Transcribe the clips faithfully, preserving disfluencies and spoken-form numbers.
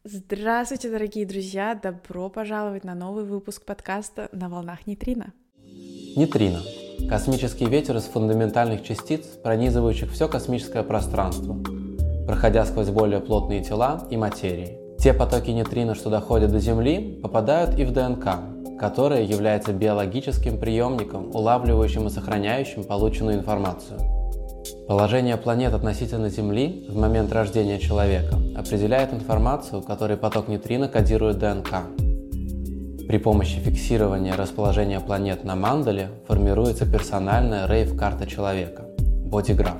Здравствуйте, дорогие друзья! Добро пожаловать на новый выпуск подкаста «На волнах нейтрино». Нейтрино – космический ветер из фундаментальных частиц, пронизывающих все космическое пространство, проходя сквозь более плотные тела и материи. Те потоки нейтрино, что доходят до Земли, попадают и в ДНК, которая является биологическим приемником, улавливающим и сохраняющим полученную информацию. Положение планет относительно Земли в момент рождения человека определяет информацию, которой поток нейтрино кодирует ДНК. При помощи фиксирования расположения планет на мандале формируется персональная рейв-карта человека – бодиграф.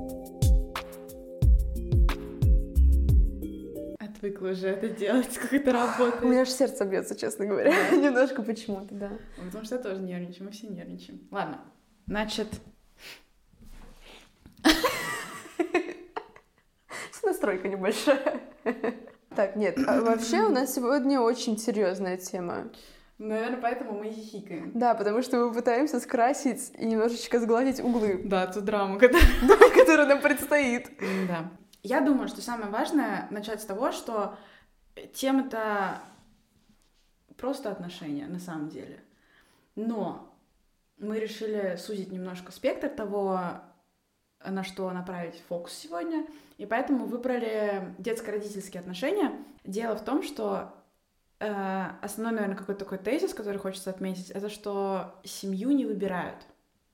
Отвыкла уже это делать, как это работает. У меня аж сердце бьется, честно говоря, немножко почему-то, да. Потому что я тоже нервничаю, мы все нервничаем. Ладно, значит... Настройка небольшая. Так, нет, а вообще у нас сегодня очень серьезная тема. Наверное, поэтому мы и хихикаем. Да, потому что мы пытаемся скрасить и немножечко сгладить углы. Да, ту драму, которая, которая нам предстоит. Да. Я думаю, что самое важное начать с того, что тема-то просто отношения на самом деле. Но мы решили сузить немножко спектр того, на что направить фокус сегодня, и поэтому выбрали детско-родительские отношения. Дело в том, что э, основной, наверное, какой-то такой тезис, который хочется отметить, это что семью не выбирают.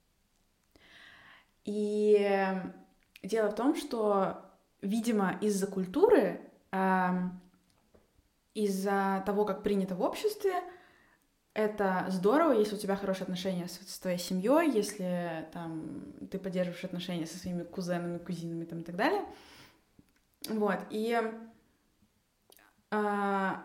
И дело в том, что, видимо, из-за культуры, э, из-за того, как принято в обществе, это здорово, если у тебя хорошие отношения с, с твоей семьей, если там ты поддерживаешь отношения со своими кузенами, кузинами там, и так далее. Вот. И а,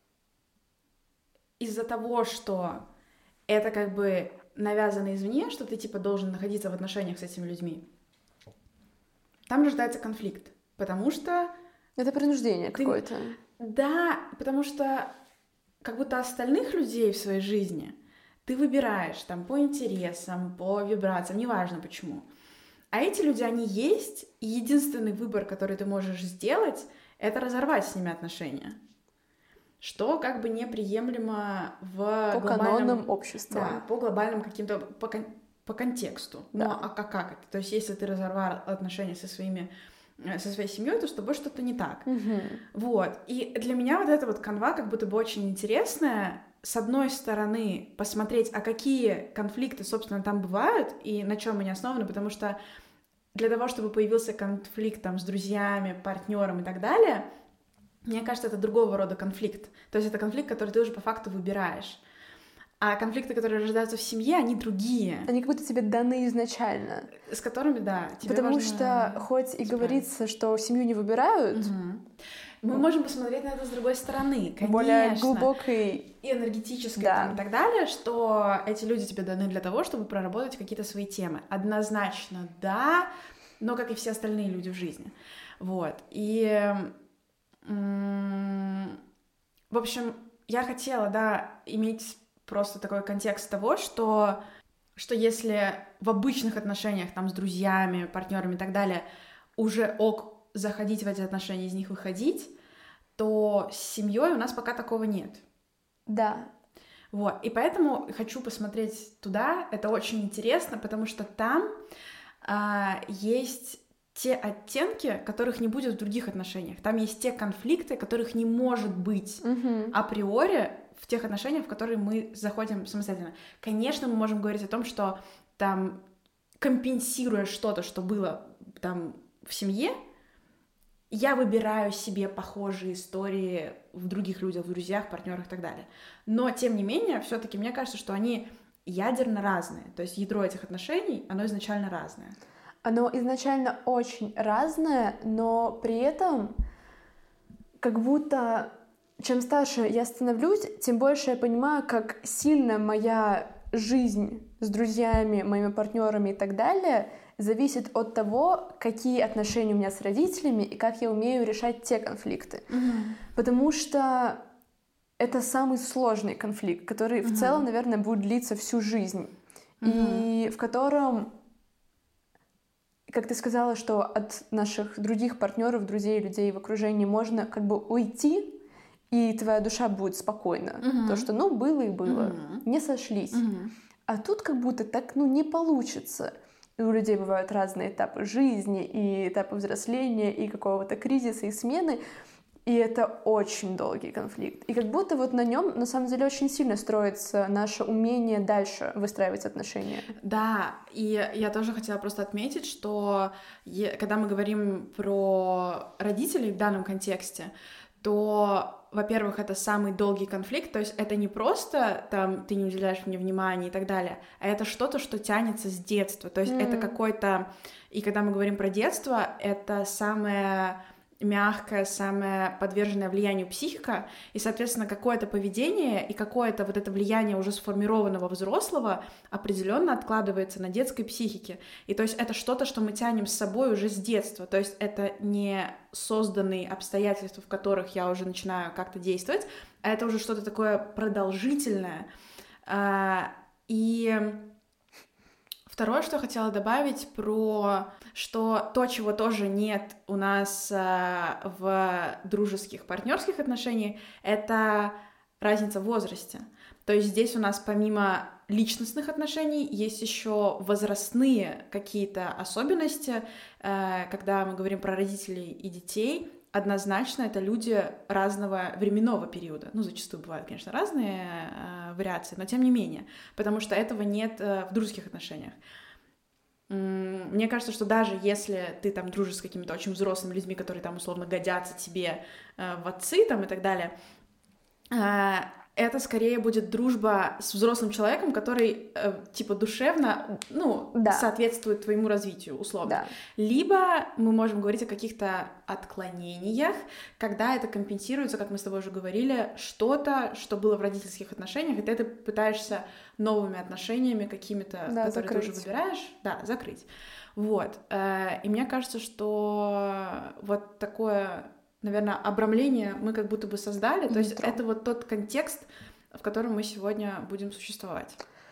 из-за того, что это как бы навязано извне, что ты типа должен находиться в отношениях с этими людьми, там рождается конфликт, потому что... Это принуждение ты... какое-то. Да, потому что как будто остальных людей в своей жизни ты выбираешь там по интересам, по вибрациям, неважно почему. А эти люди, они есть, и единственный выбор, который ты можешь сделать, это разорвать с ними отношения. Что как бы неприемлемо в по глобальном... канонам общества. Да, по глобальным каким-то... по, кон... по контексту. Да. Ну, а как, как это? То есть, если ты разорвал отношения со своими... со своей семьей, то с тобой что-то не так. Угу. Вот. И для меня вот эта вот канва как будто бы очень интересная. С одной стороны, посмотреть, а какие конфликты, собственно, там бывают, и на чем они основаны, потому что для того, чтобы появился конфликт там с друзьями, партнером и так далее, мне кажется, это другого рода конфликт. То есть это конфликт, который ты уже по факту выбираешь. А конфликты, которые рождаются в семье, они другие. Они как будто тебе даны изначально. С которыми, да, тебе Потому важно что хоть и говорится, что семью не выбирают, угу. мы ну, можем посмотреть на это с другой стороны, конечно. Более глубокой. И энергетической, да. там, и так далее, что эти люди тебе даны для того, чтобы проработать какие-то свои темы. Однозначно, да, но как и все остальные люди в жизни. Вот. И, м- в общем, я хотела, да, иметь просто такой контекст того, что, что если в обычных отношениях, там, с друзьями, партнерами и так далее, уже ок заходить в эти отношения, из них выходить, то с семьей у нас пока такого нет. Да. Вот, и поэтому хочу посмотреть туда, это очень интересно, потому что там а, есть те оттенки, которых не будет в других отношениях, там есть те конфликты, которых не может быть угу. априори в тех отношениях, в которые мы заходим самостоятельно. Конечно, мы можем говорить о том, что там, компенсируя что-то, что было там в семье, я выбираю себе похожие истории в других людях, в друзьях, партнерах и так далее. Но, тем не менее, все-таки мне кажется, что они ядерно разные. То есть ядро этих отношений, оно изначально разное. Оно изначально очень разное, но при этом как будто чем старше я становлюсь, тем больше я понимаю, как сильно моя жизнь с друзьями, моими партнерами и так далее зависит от того, какие отношения у меня с родителями и как я умею решать те конфликты. Mm-hmm. Потому что это самый сложный конфликт, который mm-hmm. в целом, наверное, будет длиться всю жизнь. Mm-hmm. И в котором, как ты сказала, что от наших других партнеров, друзей, людей в окружении можно как бы уйти, и твоя душа будет спокойна. Мгм. То, что, ну, было и было, Мгм. не сошлись. Мгм. А тут как будто так, ну, не получится. И у людей бывают разные этапы жизни, и этапы взросления, и какого-то кризиса, и смены. И это очень долгий конфликт. И как будто вот на нем, на самом деле, очень сильно строится наше умение дальше выстраивать отношения. Да, и я тоже хотела просто отметить, что е- когда мы говорим про родителей в данном контексте, то, во-первых, это самый долгий конфликт, то есть это не просто там ты не уделяешь мне внимания и так далее, а это что-то, что тянется с детства, то есть М. это какой-то... И когда мы говорим про детство, это самое мягкая, самая подверженная влиянию психика, и, соответственно, какое-то поведение и какое-то вот это влияние уже сформированного взрослого определенно откладывается на детской психике. И то есть это что-то, что мы тянем с собой уже с детства, то есть это не созданные обстоятельства, в которых я уже начинаю как-то действовать, а это уже что-то такое продолжительное. А, И второе, что я хотела добавить, про что то, чего тоже нет у нас а, в дружеских, партнерских отношениях, это разница в возрасте. То есть здесь у нас помимо личностных отношений есть еще возрастные какие-то особенности, э, когда мы говорим про родителей и детей. Однозначно это люди разного временного периода. Ну, зачастую бывают, конечно, разные э, вариации, но тем не менее, потому что этого нет э, в дружеских отношениях. М, Мне кажется, что даже если ты там дружишь с какими-то очень взрослыми людьми, которые там условно годятся тебе э, в отцы там и так далее, э, это скорее будет дружба с взрослым человеком, который э, типа душевно, ну, Да. соответствует твоему развитию, условно. Да. Либо мы можем говорить о каких-то отклонениях, когда это компенсируется, как мы с тобой уже говорили, что-то, что было в родительских отношениях, и ты это пытаешься новыми отношениями какими-то, Да, которые ты уже закрыть. выбираешь, да, закрыть. Вот. Э, И мне кажется, что вот такое, наверное, обрамление мы как будто бы создали, то есть Ядро. это вот тот контекст, в котором мы сегодня будем существовать.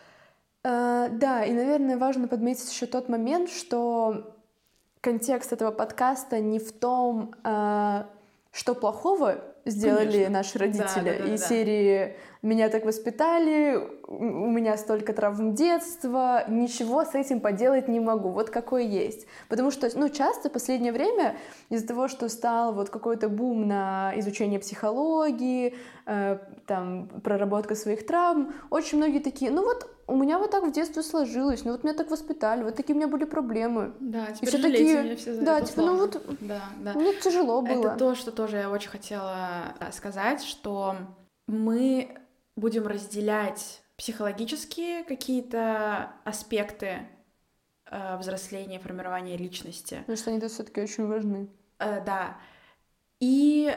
А, да, и, наверное, важно подметить еще тот момент, что контекст этого подкаста не в том, а, что плохого сделали Конечно. наши родители. Да, да, да, Из да. серии «меня так воспитали», «у меня столько травм детства», ничего с этим поделать не могу, вот какой есть. Потому что, ну, часто в последнее время из-за того, что стал вот какой-то бум на изучение психологии, э, там, проработка своих травм, очень многие такие, ну вот, у меня вот так в детстве сложилось, ну вот меня так воспитали, вот такие у меня были проблемы. Да, И теперь все жалейте такие, меня все за да, это, типа, ну условно. вот, Да, да. мне тяжело было. Это то, что тоже я очень хотела э, сказать, что мы будем разделять психологические какие-то аспекты э, взросления, формирования личности. Потому что они тут все-таки очень важны. Э, да. И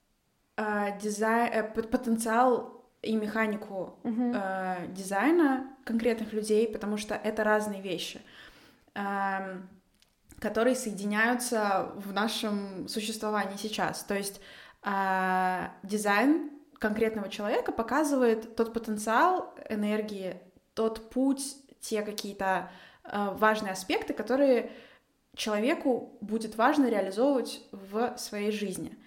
э, дизайн, э, пот- потенциал и механику Мгм. э, дизайна конкретных людей, потому что это разные вещи, эм, которые соединяются в нашем существовании сейчас. То есть э, дизайн конкретного человека показывает тот потенциал энергии, тот путь, те какие-то э, важные аспекты, которые человеку будет важно реализовывать в своей жизни.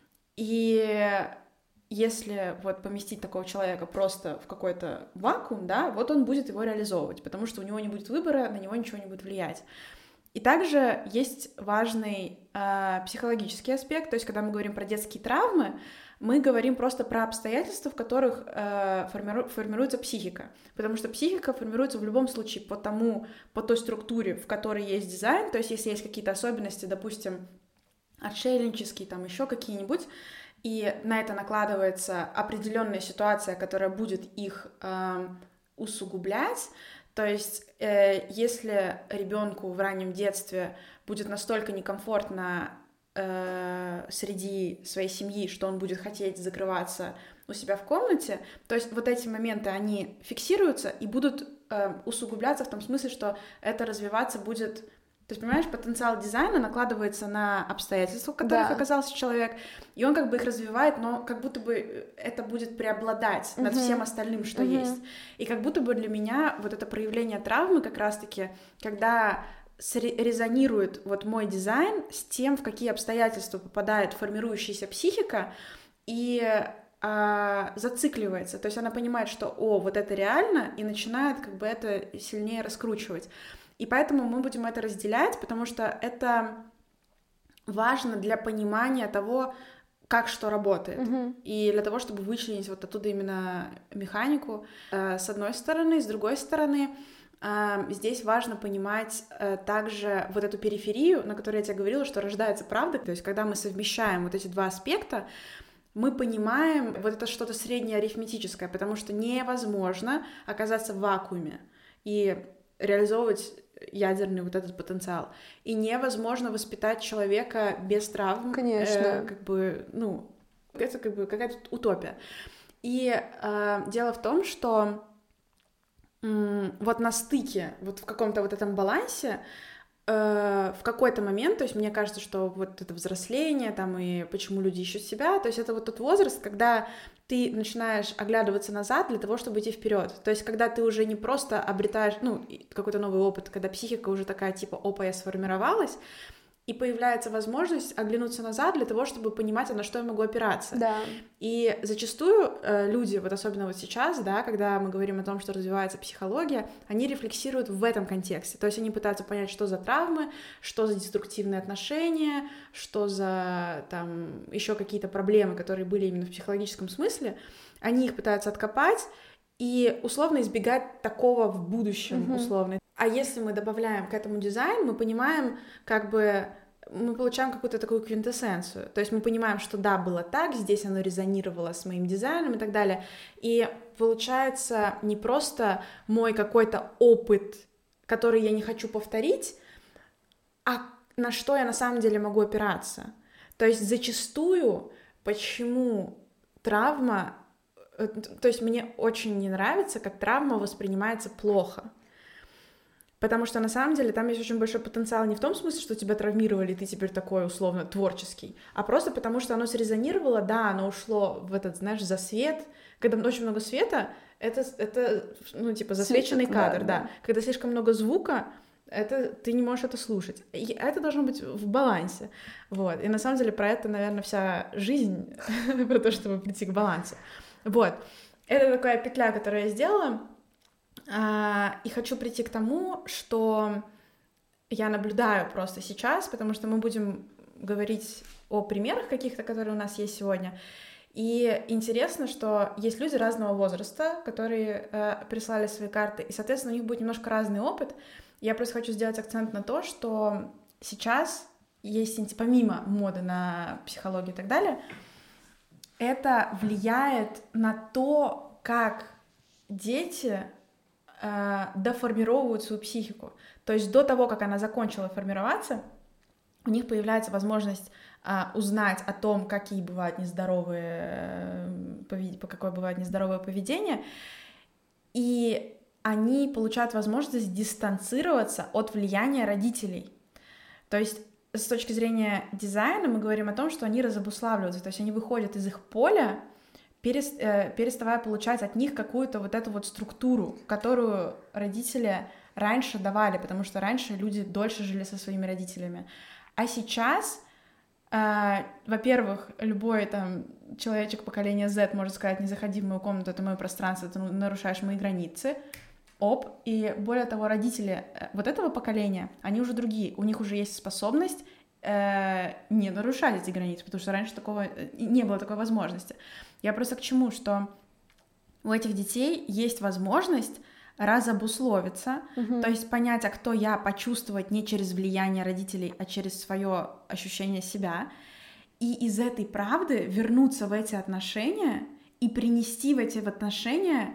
И если вот поместить такого человека просто в какой-то вакуум, да, вот он будет его реализовывать, потому что у него не будет выбора, на него ничего не будет влиять. И также есть важный э, психологический аспект, то есть когда мы говорим про детские травмы, мы говорим просто про обстоятельства, в которых э, формиру- формируется психика, потому что психика формируется в любом случае по тому, по той структуре, в которой есть дизайн, то есть если есть какие-то особенности, допустим, отшельнические, там еще какие-нибудь, и на это накладывается определенная ситуация, которая будет их э, усугублять. То есть, э, если ребенку в раннем детстве будет настолько некомфортно э, среди своей семьи, что он будет хотеть закрываться у себя в комнате, то есть вот эти моменты, они фиксируются и будут э, усугубляться в том смысле, что это развиваться будет... То есть, понимаешь, потенциал дизайна накладывается на обстоятельства, в которых Да. оказался человек, и он как бы их развивает, но как будто бы это будет преобладать над Мгм. всем остальным, что Мгм. есть. И как будто бы для меня вот это проявление травмы как раз-таки, когда сре- резонирует вот мой дизайн с тем, в какие обстоятельства попадает формирующаяся психика, и а, зацикливается. То есть она понимает, что «о, вот это реально», и начинает как бы это сильнее раскручивать. И поэтому мы будем это разделять, потому что это важно для понимания того, как что работает. Угу. И для того, чтобы вычленить вот оттуда именно механику, э, с одной стороны, с другой стороны, э, здесь важно понимать э, также вот эту периферию, на которой я тебе говорила, что рождается правда. То есть когда мы совмещаем вот эти два аспекта, мы понимаем вот это что-то среднее арифметическое, потому что невозможно оказаться в вакууме и реализовывать ядерный вот этот потенциал. И невозможно воспитать человека без травм. Конечно. Э, как бы, ну, это как бы какая-то утопия. И э, дело в том, что э, вот на стыке, вот в каком-то вот этом балансе, э, в какой-то момент, то есть мне кажется, что вот это взросление, там, и почему люди ищут себя, то есть это вот тот возраст, когда ты начинаешь оглядываться назад для того, чтобы идти вперед. То есть, когда ты уже не просто обретаешь, ну, какой-то новый опыт, когда психика уже такая, типа, опа, я сформировалась, и появляется возможность оглянуться назад для того, чтобы понимать, а на что я могу опираться. Да. И зачастую э, люди, вот особенно вот сейчас, да, когда мы говорим о том, что развивается психология, они рефлексируют в этом контексте. То есть они пытаются понять, что за травмы, что за деструктивные отношения, что за там еще какие-то проблемы, которые были именно в психологическом смысле. Они их пытаются откопать и условно избегать такого в будущем, mm-hmm. условно. А если мы добавляем к этому дизайн, мы понимаем, как бы, мы получаем какую-то такую квинтэссенцию. То есть мы понимаем, что да, было так, здесь оно резонировало с моим дизайном и так далее. И получается не просто мой какой-то опыт, который я не хочу повторить, а на что я на самом деле могу опираться. То есть зачастую, почему травма... То есть мне очень не нравится, как травма воспринимается плохо. Потому что на самом деле там есть очень большой потенциал не в том смысле, что тебя травмировали, и ты теперь такой условно творческий, а просто потому что оно срезонировало, да, оно ушло в этот, знаешь, засвет. Когда очень много света, это, это ну, типа, засвеченный Светит, кадр, да, да. да. Когда слишком много звука, это, ты не можешь это слушать. И это должно быть в балансе. Вот. И на самом деле про это, наверное, вся жизнь, про то, чтобы прийти к балансу. Вот. Это такая петля, которую я сделала. И хочу прийти к тому, что я наблюдаю просто сейчас, потому что мы будем говорить о примерах каких-то, которые у нас есть сегодня. И интересно, что есть люди разного возраста, которые э, прислали свои карты, и, соответственно, у них будет немножко разный опыт. Я просто хочу сделать акцент на то, что сейчас есть, помимо моды на психологию и так далее, это влияет на то, как дети э, доформировывают свою психику. То есть до того, как она закончила формироваться, у них появляется возможность э, узнать о том, какие бывают нездоровые, э, какое бывает нездоровое поведение, и они получают возможность дистанцироваться от влияния родителей. То есть с точки зрения дизайна мы говорим о том, что они разобуславливаются, то есть они выходят из их поля, переставая получать от них какую-то вот эту вот структуру, которую родители раньше давали, потому что раньше люди дольше жили со своими родителями. А сейчас, э, во-первых, любой там человечек поколения Z может сказать: не заходи в мою комнату, это мое пространство, ты нарушаешь мои границы. Оп, и более того, родители вот этого поколения, они уже другие, у них уже есть способность э, не нарушать эти границы, потому что раньше такого не было такой возможности. Я просто к чему, что у этих детей есть возможность разобусловиться, mm-hmm. то есть понять, а кто я, почувствовать не через влияние родителей, а через свое ощущение себя, и из этой правды вернуться в эти отношения и принести в эти отношения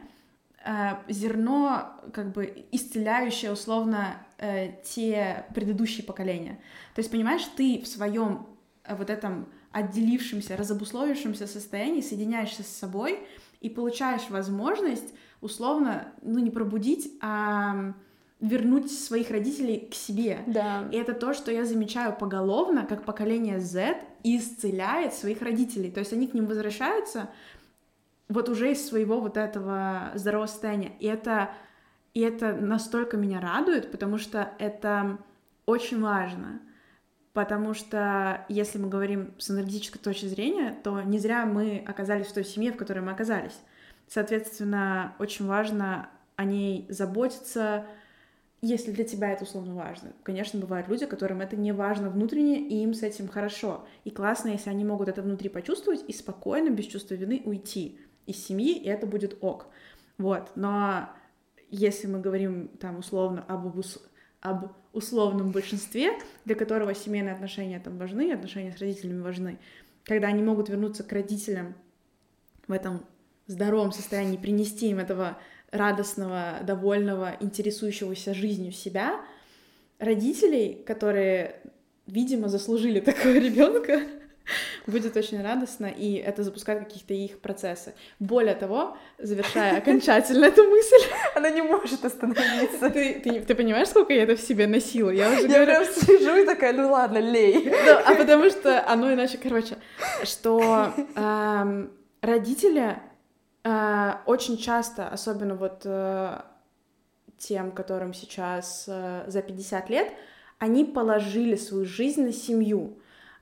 зерно, как бы исцеляющее условно э, те предыдущие поколения. То есть, понимаешь, ты в своем э, вот этом отделившемся, разобусловившемся состоянии соединяешься с собой и получаешь возможность условно, ну, не пробудить, а вернуть своих родителей к себе. Да. И это то, что я замечаю поголовно, как поколение Z исцеляет своих родителей. То есть они к ним возвращаются вот уже из своего вот этого здорового состояния. И это, и это настолько меня радует, потому что это очень важно. Потому что если мы говорим с энергетической точки зрения, то не зря мы оказались в той семье, в которой мы оказались. Соответственно, очень важно о ней заботиться, если для тебя это условно важно. Конечно, бывают люди, которым это не важно внутренне, и им с этим хорошо. И классно, если они могут это внутри почувствовать и спокойно, без чувства вины уйти из семьи, и это будет ок. Вот. Но если мы говорим там условно об, обус... об условном большинстве, для которого семейные отношения там важны, отношения с родителями важны, когда они могут вернуться к родителям в этом здоровом состоянии, принести им этого радостного, довольного, интересующегося жизнью себя, родителей, которые, видимо, заслужили такого ребенка, будет очень радостно, и это запускает какие-то их процессы. Более того, завершая окончательно эту мысль... Она не может остановиться. Ты, ты, ты понимаешь, сколько я это в себе носила? Я уже я говорю... прям сижу и такая, ну ладно, лей. Да, а потому что оно иначе, короче, что эм, родители э, очень часто, особенно вот э, тем, которым сейчас э, за пятьдесят лет, они положили свою жизнь на семью,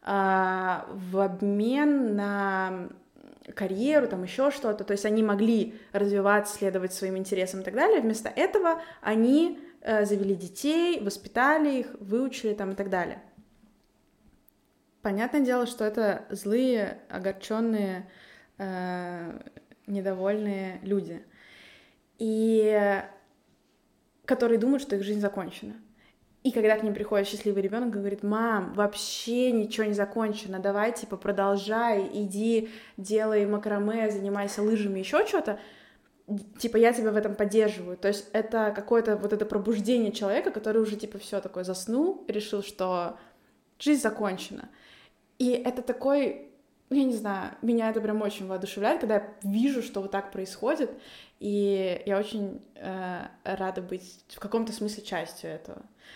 в обмен на карьеру, там еще что-то, то есть они могли развиваться, следовать своим интересам и так далее, вместо этого они э, завели детей, воспитали их, выучили там и так далее. Понятное дело, что это злые, огорченные, э, недовольные люди, и которые думают, что их жизнь закончена. И когда к ним приходит счастливый ребенок и говорит: мам, вообще ничего не закончено, давай, типа, продолжай, иди, делай макраме, занимайся лыжами, еще что-то, типа, я тебя в этом поддерживаю. То есть это какое-то вот это пробуждение человека, который уже, типа, все такое заснул, решил, что жизнь закончена. И это такой, я не знаю, меня это прям очень воодушевляет, когда я вижу, что вот так происходит, и я очень э, рада быть в каком-то смысле частью этого.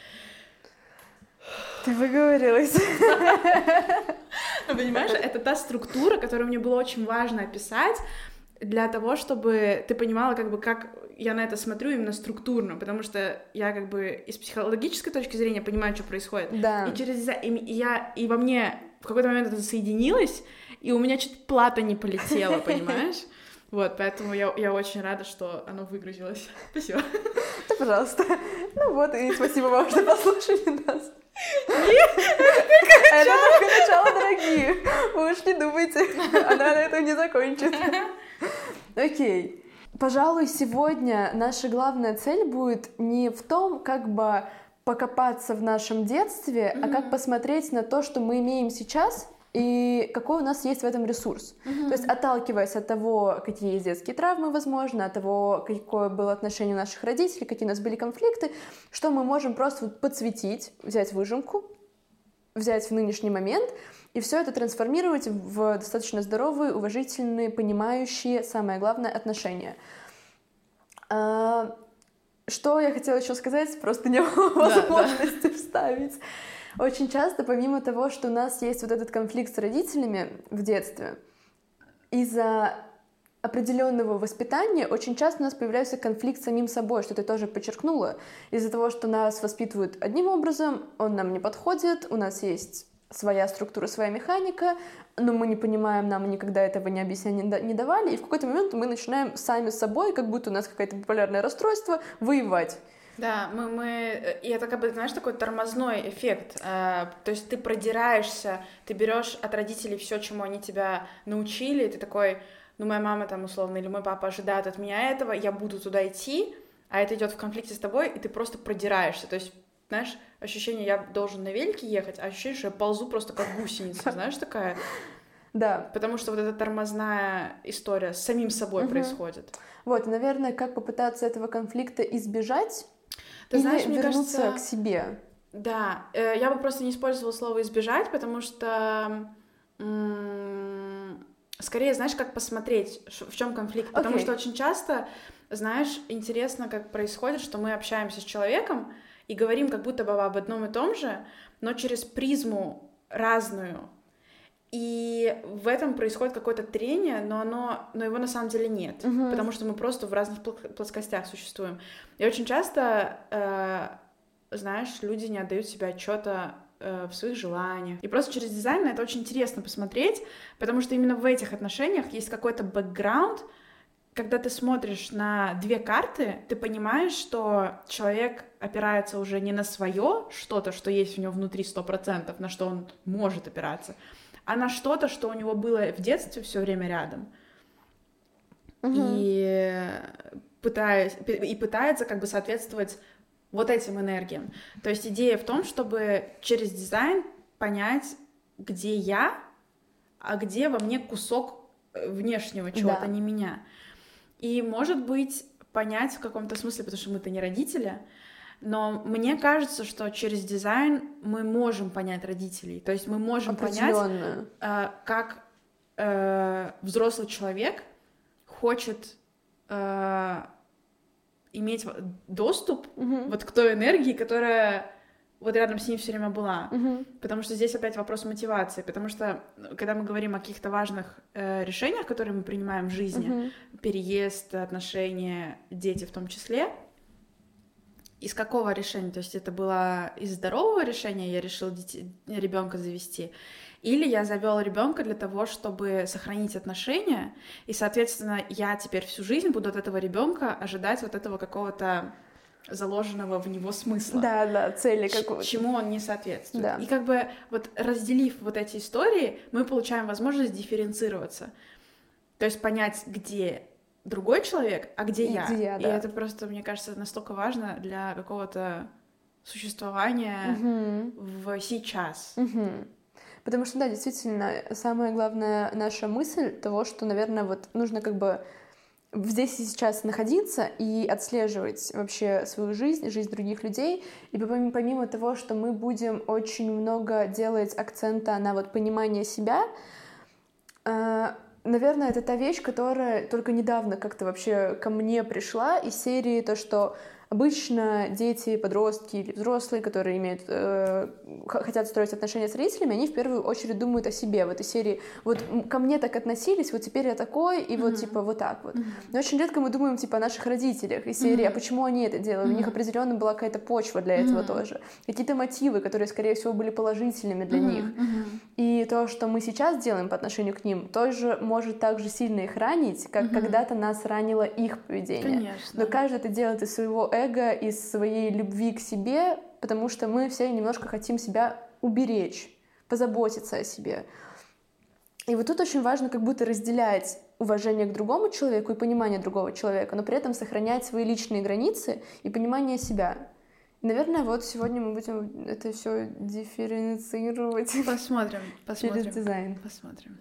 Ты выговорилась. Ну, понимаешь, это та структура, которую мне было очень важно описать, для того, чтобы ты понимала, как бы, как я на это смотрю именно структурно, потому что я, как бы, из психологической точки зрения понимаю, что происходит. Да. И через и я и во мне в какой-то момент это соединилось, и у меня чуть плата не полетела, понимаешь? Вот, поэтому я, я очень рада, что оно выгрузилось. Спасибо. Да, пожалуйста. Ну вот, и спасибо вам, что послушали нас. Нет, это только начало, дорогие. Вы уж не думайте, она на этом не закончит. Окей. Пожалуй, сегодня наша главная цель будет не в том, как бы покопаться в нашем детстве, mm-hmm. а как посмотреть на то, что мы имеем сейчас, и какой у нас есть в этом ресурс. Mm-hmm. То есть, отталкиваясь от того, какие есть детские травмы, возможно, от того, какое было отношение у наших родителей, какие у нас были конфликты, что мы можем просто вот подсветить, взять выжимку, взять в нынешний момент и все это трансформировать в достаточно здоровые, уважительные, понимающие, самое главное, отношения. А, что я хотела еще сказать, просто не было возможности да, да. вставить. Очень часто, помимо того, что у нас есть вот этот конфликт с родителями в детстве, из-за определенного воспитания очень часто у нас появляется конфликт с самим собой, что ты тоже подчеркнула. Из-за того, что нас воспитывают одним образом, он нам не подходит, у нас есть своя структура, своя механика, но мы не понимаем, нам никогда этого не объясняли, не давали, и в какой-то момент мы начинаем сами с собой, как будто у нас какое-то биполярное расстройство, воевать. Да, мы, мы, и это, как бы, знаешь, такой тормозной эффект, э, то есть ты продираешься, ты берешь от родителей все, чему они тебя научили, и ты такой, ну, моя мама там, условно, или мой папа ожидают от меня этого, я буду туда идти, а это идет в конфликте с тобой, и ты просто продираешься, то есть, знаешь, ощущение, я должен на велике ехать, а ощущение, что я ползу просто как гусеница, знаешь, такая... Да. Потому что вот эта тормозная история с самим собой угу. происходит. Вот, наверное, как попытаться этого конфликта избежать, Ты или знаешь, мне вернуться кажется, к себе. Да, э, я бы просто не использовала слово «избежать», потому что м- скорее, знаешь, как посмотреть, в чем конфликт. Okay. Потому что очень часто, знаешь, интересно, как происходит, что мы общаемся с человеком и говорим как будто бы об одном и том же, но через призму разную. И в этом происходит какое-то трение, но, оно, но его на самом деле нет, uh-huh. потому что мы просто в разных плоскостях существуем. И очень часто, э, знаешь, люди не отдают себе отчета э, в своих желаниях. И просто через дизайн на это очень интересно посмотреть, потому что именно в этих отношениях есть какой-то бэкграунд. Когда ты смотришь на две карты, ты понимаешь, что человек опирается уже не на свое что-то, что есть у него внутри сто процентов, на что он может опираться, а на что-то, что у него было в детстве все время рядом. Uh-huh. И, пытаясь, и пытается как бы соответствовать вот этим энергиям. То есть идея в том, чтобы через дизайн понять, где я, а где во мне кусок внешнего чего-то, да. не меня. И, может быть, понять в каком-то смысле, потому что мы-то не родители, но мне кажется, что через дизайн мы можем понять родителей. То есть мы можем понять, э, как э, взрослый человек хочет э, иметь доступ угу. вот к той энергии, которая вот рядом с ним все время была. Угу. Потому что здесь опять вопрос мотивации. Потому что, когда мы говорим о каких-то важных э, решениях, которые мы принимаем в жизни, угу. переезд, отношения, дети в том числе, из какого решения? То есть это было из здорового решения, я решила ребенка завести, или я завела ребенка для того, чтобы сохранить отношения, и, соответственно, я теперь всю жизнь буду от этого ребенка ожидать вот этого какого-то заложенного в него смысла. Да, да, цели какого-то. Чему он не соответствует. Да. И как бы вот разделив вот эти истории, мы получаем возможность дифференцироваться. То есть понять, где другой человек, а где и я. Где я и да. это просто, мне кажется, настолько важно для какого-то существования угу. в сейчас. Угу. Потому что, да, действительно, самая главная наша мысль того, что, наверное, вот нужно как бы здесь и сейчас находиться и отслеживать вообще свою жизнь, жизнь других людей. И помимо того, что мы будем очень много делать акцента на вот понимание себя, наверное, это та вещь, которая только недавно как-то вообще ко мне пришла из серии то, что обычно дети, подростки или взрослые, которые имеют, э, хотят строить отношения с родителями, они в первую очередь думают о себе. В этой серии вот ко мне так относились, вот теперь я такой, и mm-hmm. вот типа вот так вот. Mm-hmm. Но очень редко мы думаем типа о наших родителях из серии, mm-hmm. а почему они это делают? Mm-hmm. У них определенно была какая-то почва для этого mm-hmm. тоже. Какие-то мотивы, которые, скорее всего, были положительными для mm-hmm. них. Mm-hmm. И то, что мы сейчас делаем по отношению к ним, тоже может так же сильно их ранить, как mm-hmm. когда-то нас ранило их поведение. Конечно. Но каждый это делает из своего эго, из своей любви к себе, потому что мы все немножко хотим себя уберечь, позаботиться о себе. И вот тут очень важно как будто разделять уважение к другому человеку и понимание другого человека, но при этом сохранять свои личные границы и понимание себя. И, наверное, вот сегодня мы будем это все дифференцировать. Посмотрим, посмотрим. Через дизайн. Посмотрим.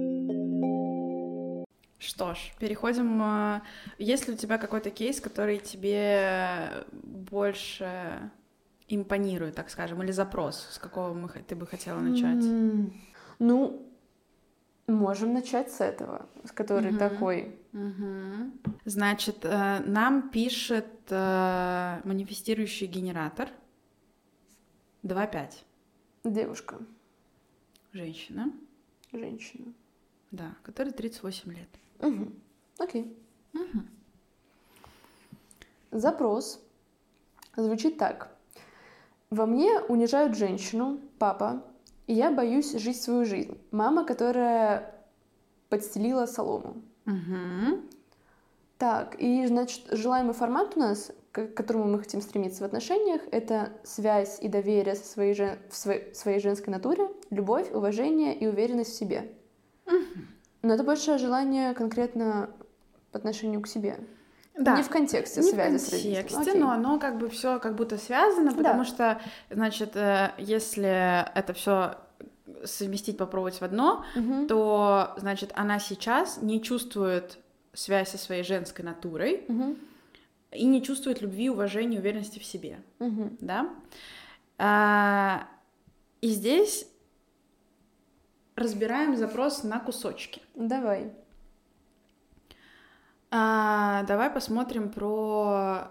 Что ж, переходим. Есть ли у тебя какой-то кейс, который тебе больше импонирует, так скажем, или запрос, с какого мы, ты бы хотела начать? Mm-hmm. Ну, можем начать с этого, с который mm-hmm. такой. Mm-hmm. Значит, нам пишет манифестирующий генератор два пять. Девушка. Женщина. Женщина. Да, которой тридцать восемь лет. Угу. Окей. Угу. Запрос звучит так. Во мне унижают женщину, папа, и я боюсь жить свою жизнь. Мама, которая подстелила солому. Угу. Так, и, значит, желаемый формат у нас, к которому мы хотим стремиться в отношениях, это связь и доверие со своей, жен... в своей, своей женской натуре, любовь, уважение и уверенность в себе. Угу. Но это больше желание конкретно по отношению к себе. Да. Не в контексте не связи в контексте, с родителем. но оно как бы все как будто связано, потому да. что, значит, если это все совместить, попробовать в одно, угу. то, значит, она сейчас не чувствует связь со своей женской натурой угу. и не чувствует любви, уважения, уверенности в себе. Угу. Да? А, и здесь разбираем запрос на кусочки. Давай. А, давай посмотрим про...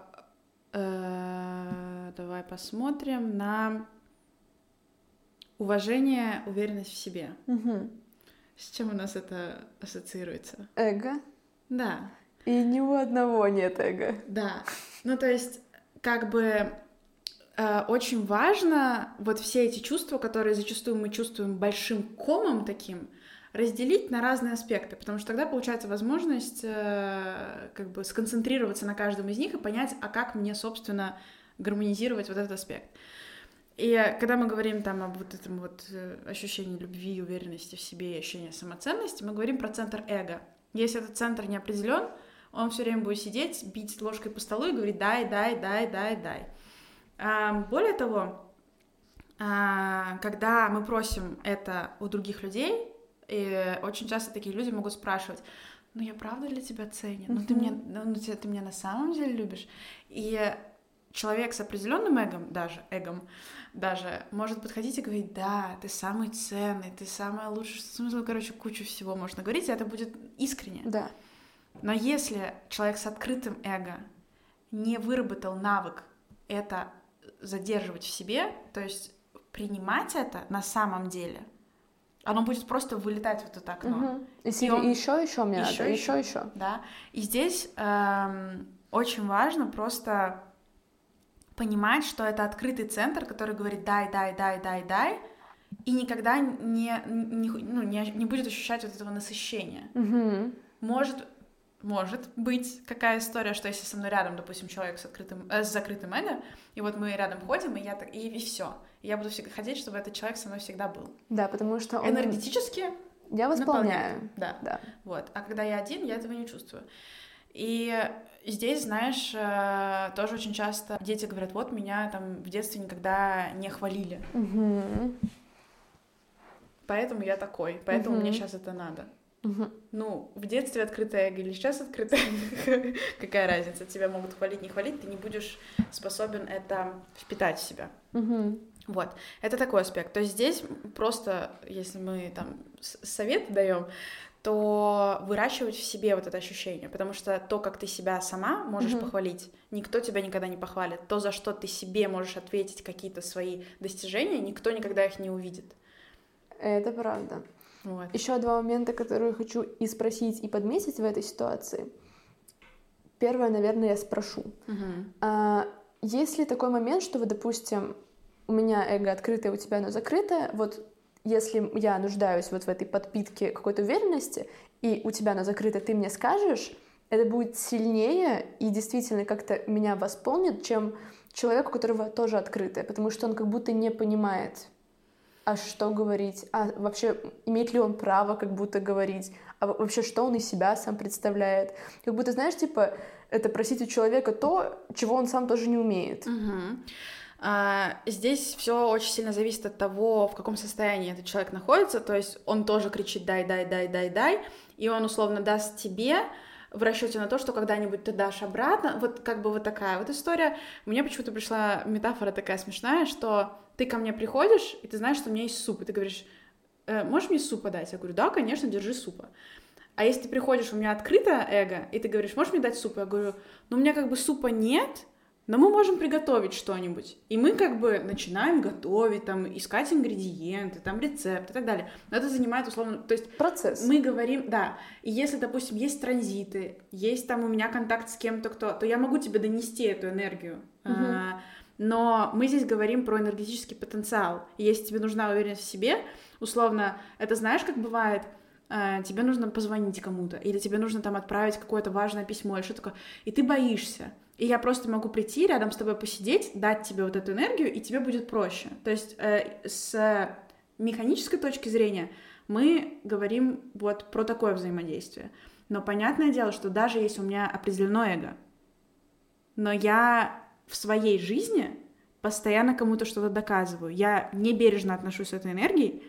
Э, давай посмотрим на уважение, уверенность в себе. Угу. С чем у нас это ассоциируется? Эго. Да. И ни у одного нет эго. Да. Ну, то есть, как бы... Э, очень важно вот все эти чувства, которые зачастую мы чувствуем большим комом таким, разделить на разные аспекты, потому что тогда получается возможность как бы сконцентрироваться на каждом из них и понять, а как мне, собственно, гармонизировать вот этот аспект. И когда мы говорим там об вот этом вот ощущении любви, уверенности в себе и ощущении самоценности, мы говорим про центр эго. Если этот центр не определен, он все время будет сидеть, бить ложкой по столу и говорить «дай, дай, дай, дай, дай». А, более того, а, когда мы просим это у других людей, и очень часто такие люди могут спрашивать: ну я правда для тебя ценен? Ну ты, мне, ну, ты, ты меня на самом деле любишь? И человек с определенным эгом, даже эгом, даже может подходить и говорить: да, ты самый ценный, ты самая лучшая, ну, короче, кучу всего можно говорить, и это будет искренне. Да. Но если человек с открытым эго не выработал навык это задерживать в себе, то есть принимать это на самом деле, оно будет просто вылетать в это окно. Угу. И, и он... еще, еще мне еще, надо, еще, еще, еще. Да. И здесь эм, очень важно просто понимать, что это открытый центр, который говорит «дай, дай, дай, дай, дай», и никогда не, не, ну, не, не будет ощущать вот этого насыщения. Угу. Может, может быть какая история, что если со мной рядом, допустим, человек с, открытым, э, с закрытым эго, и вот мы рядом ходим, и я так, и, и все. И я буду всегда хотеть, чтобы этот человек со мной всегда был. Да, потому что он... Энергетически я восполняю. Да. да. Вот. А когда я один, я этого не чувствую. И здесь, знаешь, тоже очень часто дети говорят: вот меня там в детстве никогда не хвалили. Угу. Поэтому я такой, поэтому угу. мне сейчас это надо. Угу. Ну, в детстве открытое эго или сейчас открытое эго, какая разница? Тебя могут хвалить, не хвалить, ты не будешь способен это впитать в себя. Угу. Вот, это такой аспект. То есть здесь просто, если мы там совет даем, то выращивать в себе вот это ощущение, потому что то, как ты себя сама можешь mm-hmm. похвалить, никто тебя никогда не похвалит. То, за что ты себе можешь ответить какие-то свои достижения, никто никогда их не увидит. Это правда. Вот. Еще два момента, которые хочу и спросить, и подметить в этой ситуации. Первое, наверное, я спрошу. Mm-hmm. А, есть ли такой момент, что, вы, допустим, у меня эго открытое, у тебя оно закрытое, вот если я нуждаюсь вот в этой подпитке какой-то уверенности, и у тебя оно закрыто, ты мне скажешь, это будет сильнее и действительно как-то меня восполнит, чем человек, у которого тоже открытое, потому что он как будто не понимает, а что говорить, а вообще имеет ли он право как будто говорить, а вообще что он из себя сам представляет. Как будто, знаешь, типа, это просить у человека то, чего он сам тоже не умеет. Угу. А, здесь все очень сильно зависит от того, в каком состоянии этот человек находится, то есть он тоже кричит «дай, дай, дай, дай, дай», и он условно даст тебе в расчете на то, что когда-нибудь ты дашь обратно, вот как бы вот такая вот история. Мне почему-то пришла метафора такая смешная, что ты ко мне приходишь, и ты знаешь, что у меня есть суп, и ты говоришь: э, можешь мне супа дать? Я говорю: да, конечно, держи супа. А если ты приходишь, у меня открыто эго, и ты говоришь: можешь мне дать суп? Я говорю: ну у меня как бы супа нет, но мы можем приготовить что-нибудь. И мы как бы начинаем готовить, там, искать ингредиенты, там, рецепт и так далее. Но это занимает условно... То есть процесс. Мы говорим, да. И если, допустим, есть транзиты, есть там у меня контакт с кем-то, кто... то я могу тебе донести эту энергию. Угу. А, но мы здесь говорим про энергетический потенциал. И если тебе нужна уверенность в себе, условно, это знаешь, как бывает... тебе нужно позвонить кому-то, или тебе нужно там отправить какое-то важное письмо, или что такое, и ты боишься. И я просто могу прийти, рядом с тобой посидеть, дать тебе вот эту энергию, и тебе будет проще. То есть э, с механической точки зрения мы говорим вот про такое взаимодействие. Но понятное дело, что даже если у меня определено эго, но я в своей жизни постоянно кому-то что-то доказываю, я небережно отношусь к этой энергии,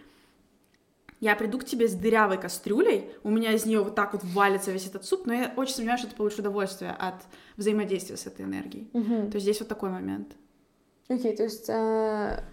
я приду к тебе с дырявой кастрюлей, у меня из нее вот так вот валится весь этот суп, но я очень сомневаюсь, что ты получишь удовольствие от взаимодействия с этой энергией. Угу. То есть здесь вот такой момент. Окей, okay, то есть э,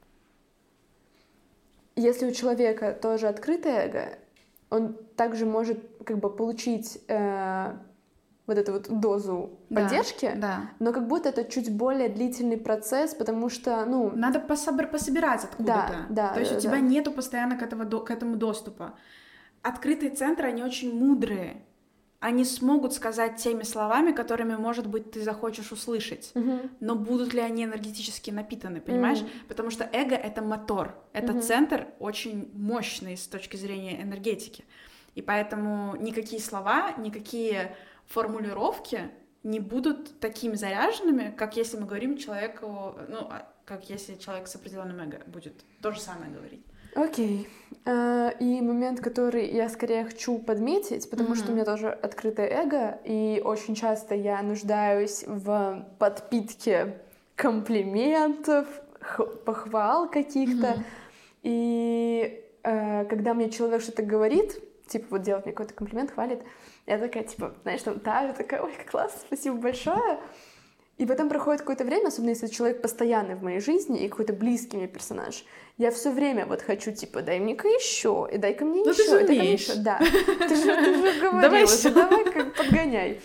если у человека тоже открытое эго, он также может как бы получить э, вот эту вот дозу да, поддержки, да. но как будто это чуть более длительный процесс, потому что, ну... Надо пособр- пособирать откуда-то. Да, да, То есть да, у тебя да. нету постоянно к, этого, к этому доступа. Открытые центры, они очень мудрые. они смогут сказать теми словами, которыми, может быть, ты захочешь услышать. Mm-hmm. Но будут ли они энергетически напитаны, понимаешь? Mm-hmm. Потому что эго — это мотор, это Mm-hmm. центр очень мощный с точки зрения энергетики. И поэтому никакие слова, никакие формулировки не будут такими заряженными, как если мы говорим человеку, ну, как если человек с определенным эго будет то же самое говорить. Окей. Okay. Uh, и момент, который я скорее хочу подметить, потому mm-hmm. что у меня тоже открытое эго, и очень часто я нуждаюсь в подпитке комплиментов, х- похвал каких-то. Mm-hmm. И uh, когда мне человек что-то говорит, типа вот делает мне какой-то комплимент, хвалит, я такая, типа, знаешь, там таю, такая, ой, как классно, спасибо большое. И потом проходит какое-то время, особенно если человек постоянный в моей жизни и какой-то близкий мне персонаж, я все время вот хочу, типа, дай мне-ка еще, и дай-ка мне ну, еще, ты же и дай-ка мне умеешь. еще. Да, ты же, ты же говорила, что давай как подгоняй.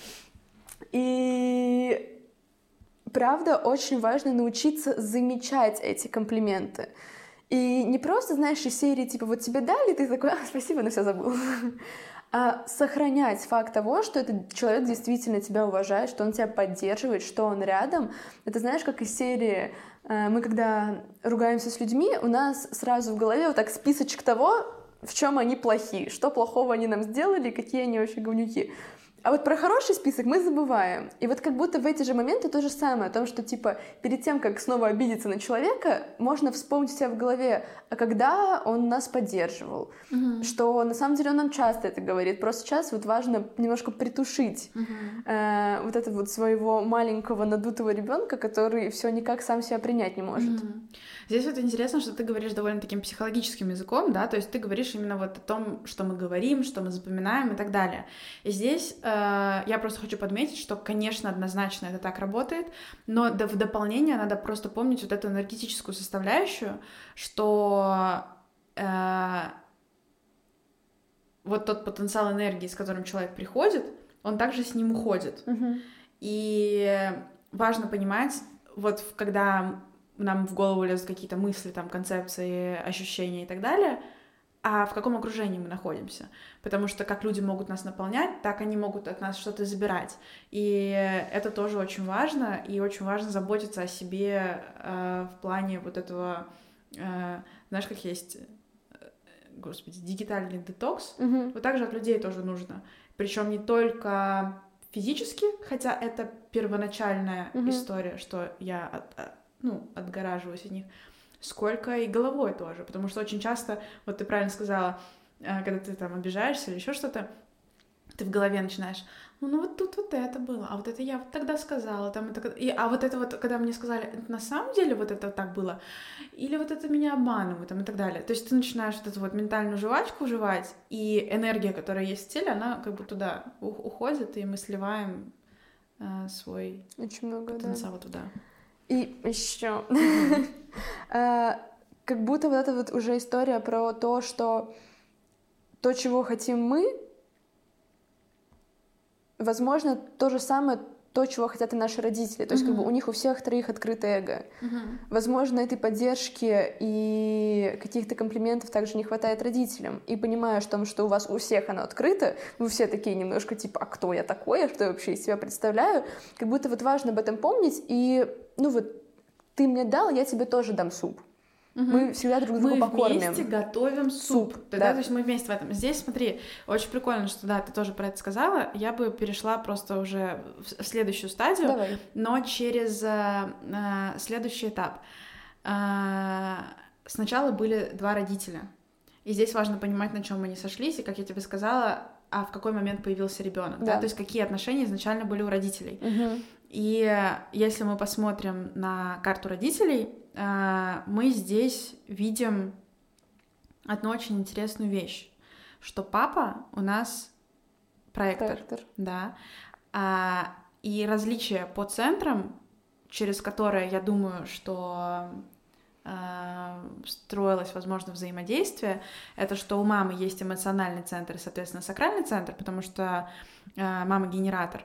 И правда, очень важно научиться замечать эти комплименты. И не просто, знаешь, из серии, типа, вот тебе дали, ты такой, а, спасибо, но все забыл. А сохранять факт того, что этот человек действительно тебя уважает, что он тебя поддерживает, что он рядом. Это, знаешь, как из серии, мы когда ругаемся с людьми, у нас сразу в голове вот так списочек того, в чем они плохие, что плохого они нам сделали, какие они вообще говнюки. А вот про хороший список мы забываем. И вот как будто в эти же моменты то же самое, о том, что, типа, перед тем, как снова обидеться на человека, можно вспомнить у себя в голове, а когда он нас поддерживал, uh-huh. что на самом деле он нам часто это говорит, просто сейчас вот важно немножко притушить uh-huh. э, вот этого вот своего маленького надутого ребенка, который все никак сам себя принять не может. Uh-huh. Здесь вот интересно, что ты говоришь довольно таким психологическим языком, да, то есть ты говоришь именно вот о том, что мы говорим, что мы запоминаем и так далее. И здесь я просто хочу подметить, что, конечно, однозначно это так работает, но в дополнение надо просто помнить вот эту энергетическую составляющую, что э, вот тот потенциал энергии, с которым человек приходит, он также с ним уходит. Mm-hmm. И важно понимать, вот когда нам в голову лезут какие-то мысли, там, концепции, ощущения и так далее, а в каком окружении мы находимся. Потому что как люди могут нас наполнять, так они могут от нас что-то забирать. И это тоже очень важно, и очень важно заботиться о себе э, в плане вот этого, э, знаешь, как есть, э, господи, дигитальный детокс. Mm-hmm. Вот так же от людей тоже нужно. Причем не только физически, хотя это первоначальная mm-hmm. история, что я от, ну, отгораживаюсь от них, сколько и головой тоже, потому что очень часто, вот ты правильно сказала, когда ты там обижаешься или еще что-то, ты в голове начинаешь, ну, ну вот тут вот это было, а вот это я вот тогда сказала, там, это, и, а вот это вот, когда мне сказали, это на самом деле вот это вот так было, или вот это меня обманывают, там, и так далее. То есть ты начинаешь вот эту вот ментальную жвачку жевать, и энергия, которая есть в теле, она как бы туда уходит, и мы сливаем э, свой очень много, потенциал да. туда. И еще, как будто вот эта вот уже история про то, что то, чего хотим мы, возможно, то же самое, то, чего хотят и наши родители. То есть как бы у них у всех троих открытое эго. Возможно, этой поддержки и каких-то комплиментов также не хватает родителям. И понимая, что, что у вас у всех оно открыто, вы все такие немножко типа, а кто я такой, а что я вообще из себя представляю, как будто вот важно об этом помнить и ну вот, ты мне дал, я тебе тоже дам суп. Угу. Мы всегда друг друга покормим. Мы вместе готовим суп. суп да, да. То есть мы вместе в этом. Здесь, смотри, очень прикольно, что да, ты тоже про это сказала. Я бы перешла просто уже в следующую стадию, Давай. но через э, следующий этап. Э, сначала были два родителя. И здесь важно понимать, на чем они сошлись, и, как я тебе сказала, а в какой момент появился ребенок. Да. Да? То есть какие отношения изначально были у родителей. Угу. И если мы посмотрим на карту родителей, мы здесь видим одну очень интересную вещь, что папа у нас проектор, проектор. Да, и различия по центрам, через которые, я думаю, что строилось, возможно, взаимодействие, это что у мамы есть эмоциональный центр и, соответственно, сакральный центр, потому что мама генератор.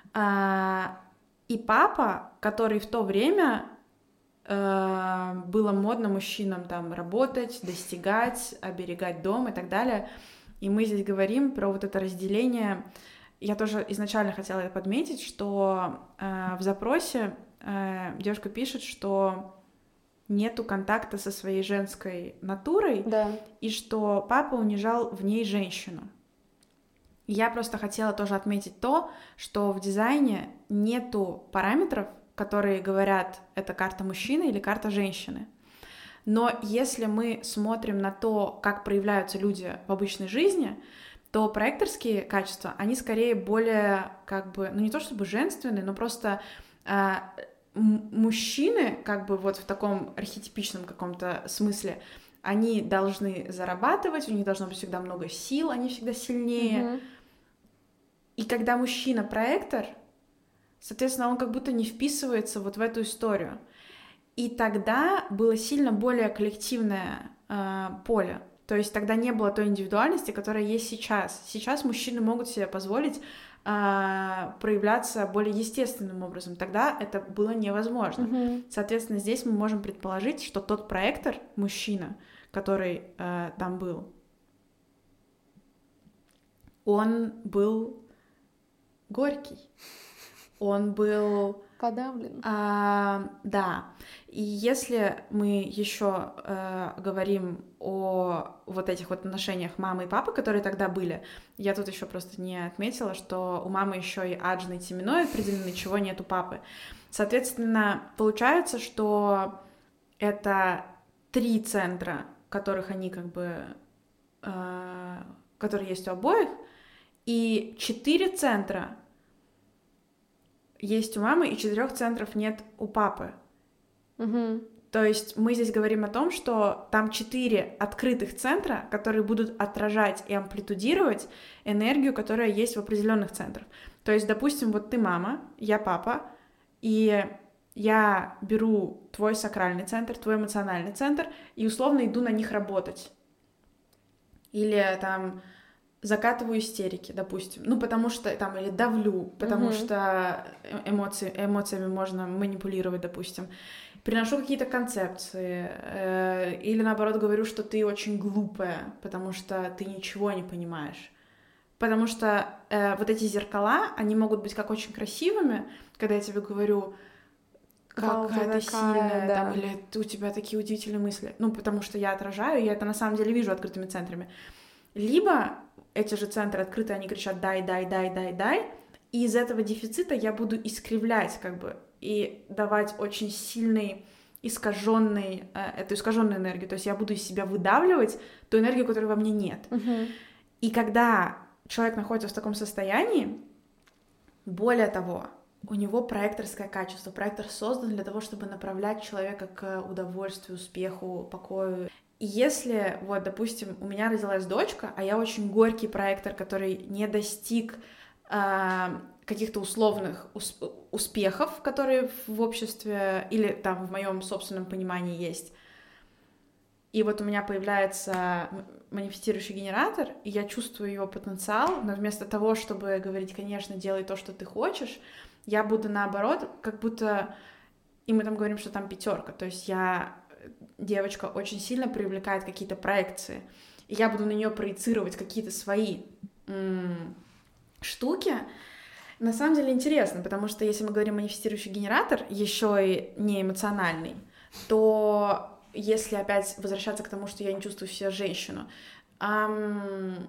И папа, который в то время э, было модно мужчинам там работать, достигать, оберегать дом и так далее. И мы здесь говорим про вот это разделение я тоже изначально хотела это подметить, что э, в запросе э, девушка пишет, что нету контакта со своей женской натурой, да. и что папа унижал в ней женщину. Я просто хотела тоже отметить то, что в дизайне нету параметров, которые говорят, это карта мужчины или карта женщины. Но если мы смотрим на то, как проявляются люди в обычной жизни, то проекторские качества, они скорее более, как бы, ну не то чтобы женственные, но просто э, мужчины, как бы вот в таком архетипичном каком-то смысле, они должны зарабатывать, у них должно быть всегда много сил, они всегда сильнее. Mm-hmm. И когда мужчина проектор, соответственно, он как будто не вписывается вот в эту историю. И тогда было сильно более коллективное э, поле. То есть тогда не было той индивидуальности, которая есть сейчас. Сейчас мужчины могут себе позволить э, проявляться более естественным образом. Тогда это было невозможно. Mm-hmm. Соответственно, здесь мы можем предположить, что тот проектор, мужчина, который э, там был, он был горький. Он был... подавлен. А, да. И если мы еще э, говорим о вот этих вот отношениях мамы и папы, которые тогда были, я тут еще просто не отметила, что у мамы еще и аджна и теминой определены, чего нет у папы. Соответственно, получается, что это три центра, которых они как бы... Э, которые есть у обоих, и четыре центра есть у мамы, и четырех центров нет у папы. Угу. То есть мы здесь говорим о том, что там четыре открытых центра, которые будут отражать и амплитудировать энергию, которая есть в определенных центрах. То есть, допустим, вот ты мама, я папа, и я беру твой сакральный центр, твой эмоциональный центр, и условно иду на них работать. Или там... закатываю истерики, допустим, ну, потому что там, или давлю, потому mm-hmm. что эмоции, эмоциями можно манипулировать, допустим, приношу какие-то концепции, э, или, наоборот, говорю, что ты очень глупая, потому что ты ничего не понимаешь, потому что э, вот эти зеркала, они могут быть как очень красивыми, когда я тебе говорю, какая ты сильная, да. там, или у тебя такие удивительные мысли, ну, потому что я отражаю, я это на самом деле вижу открытыми центрами, либо эти же центры открыты, они кричат «дай, дай, дай, дай, дай», и из этого дефицита я буду искривлять как бы и давать очень сильный, искаженный, э, эту искаженную энергию, то есть я буду из себя выдавливать ту энергию, которой во мне нет. Uh-huh. И когда человек находится в таком состоянии, более того, у него проекторское качество, проектор создан для того, чтобы направлять человека к удовольствию, успеху, покою. И если, вот, допустим, у меня родилась дочка, а я очень горький проектор, который не достиг э, каких-то условных усп- успехов, которые в обществе или там в моем собственном понимании есть, и вот у меня появляется манифестирующий генератор, и я чувствую его потенциал, но вместо того, чтобы говорить, конечно, делай то, что ты хочешь, я буду наоборот, как будто, и мы там говорим, что там пятерка, то есть я... девочка очень сильно привлекает какие-то проекции, и я буду на нее проецировать какие-то свои м- штуки. На самом деле интересно, потому что если мы говорим манифестирующий генератор, еще и не эмоциональный, то если опять возвращаться к тому, что я не чувствую себя женщину, эм,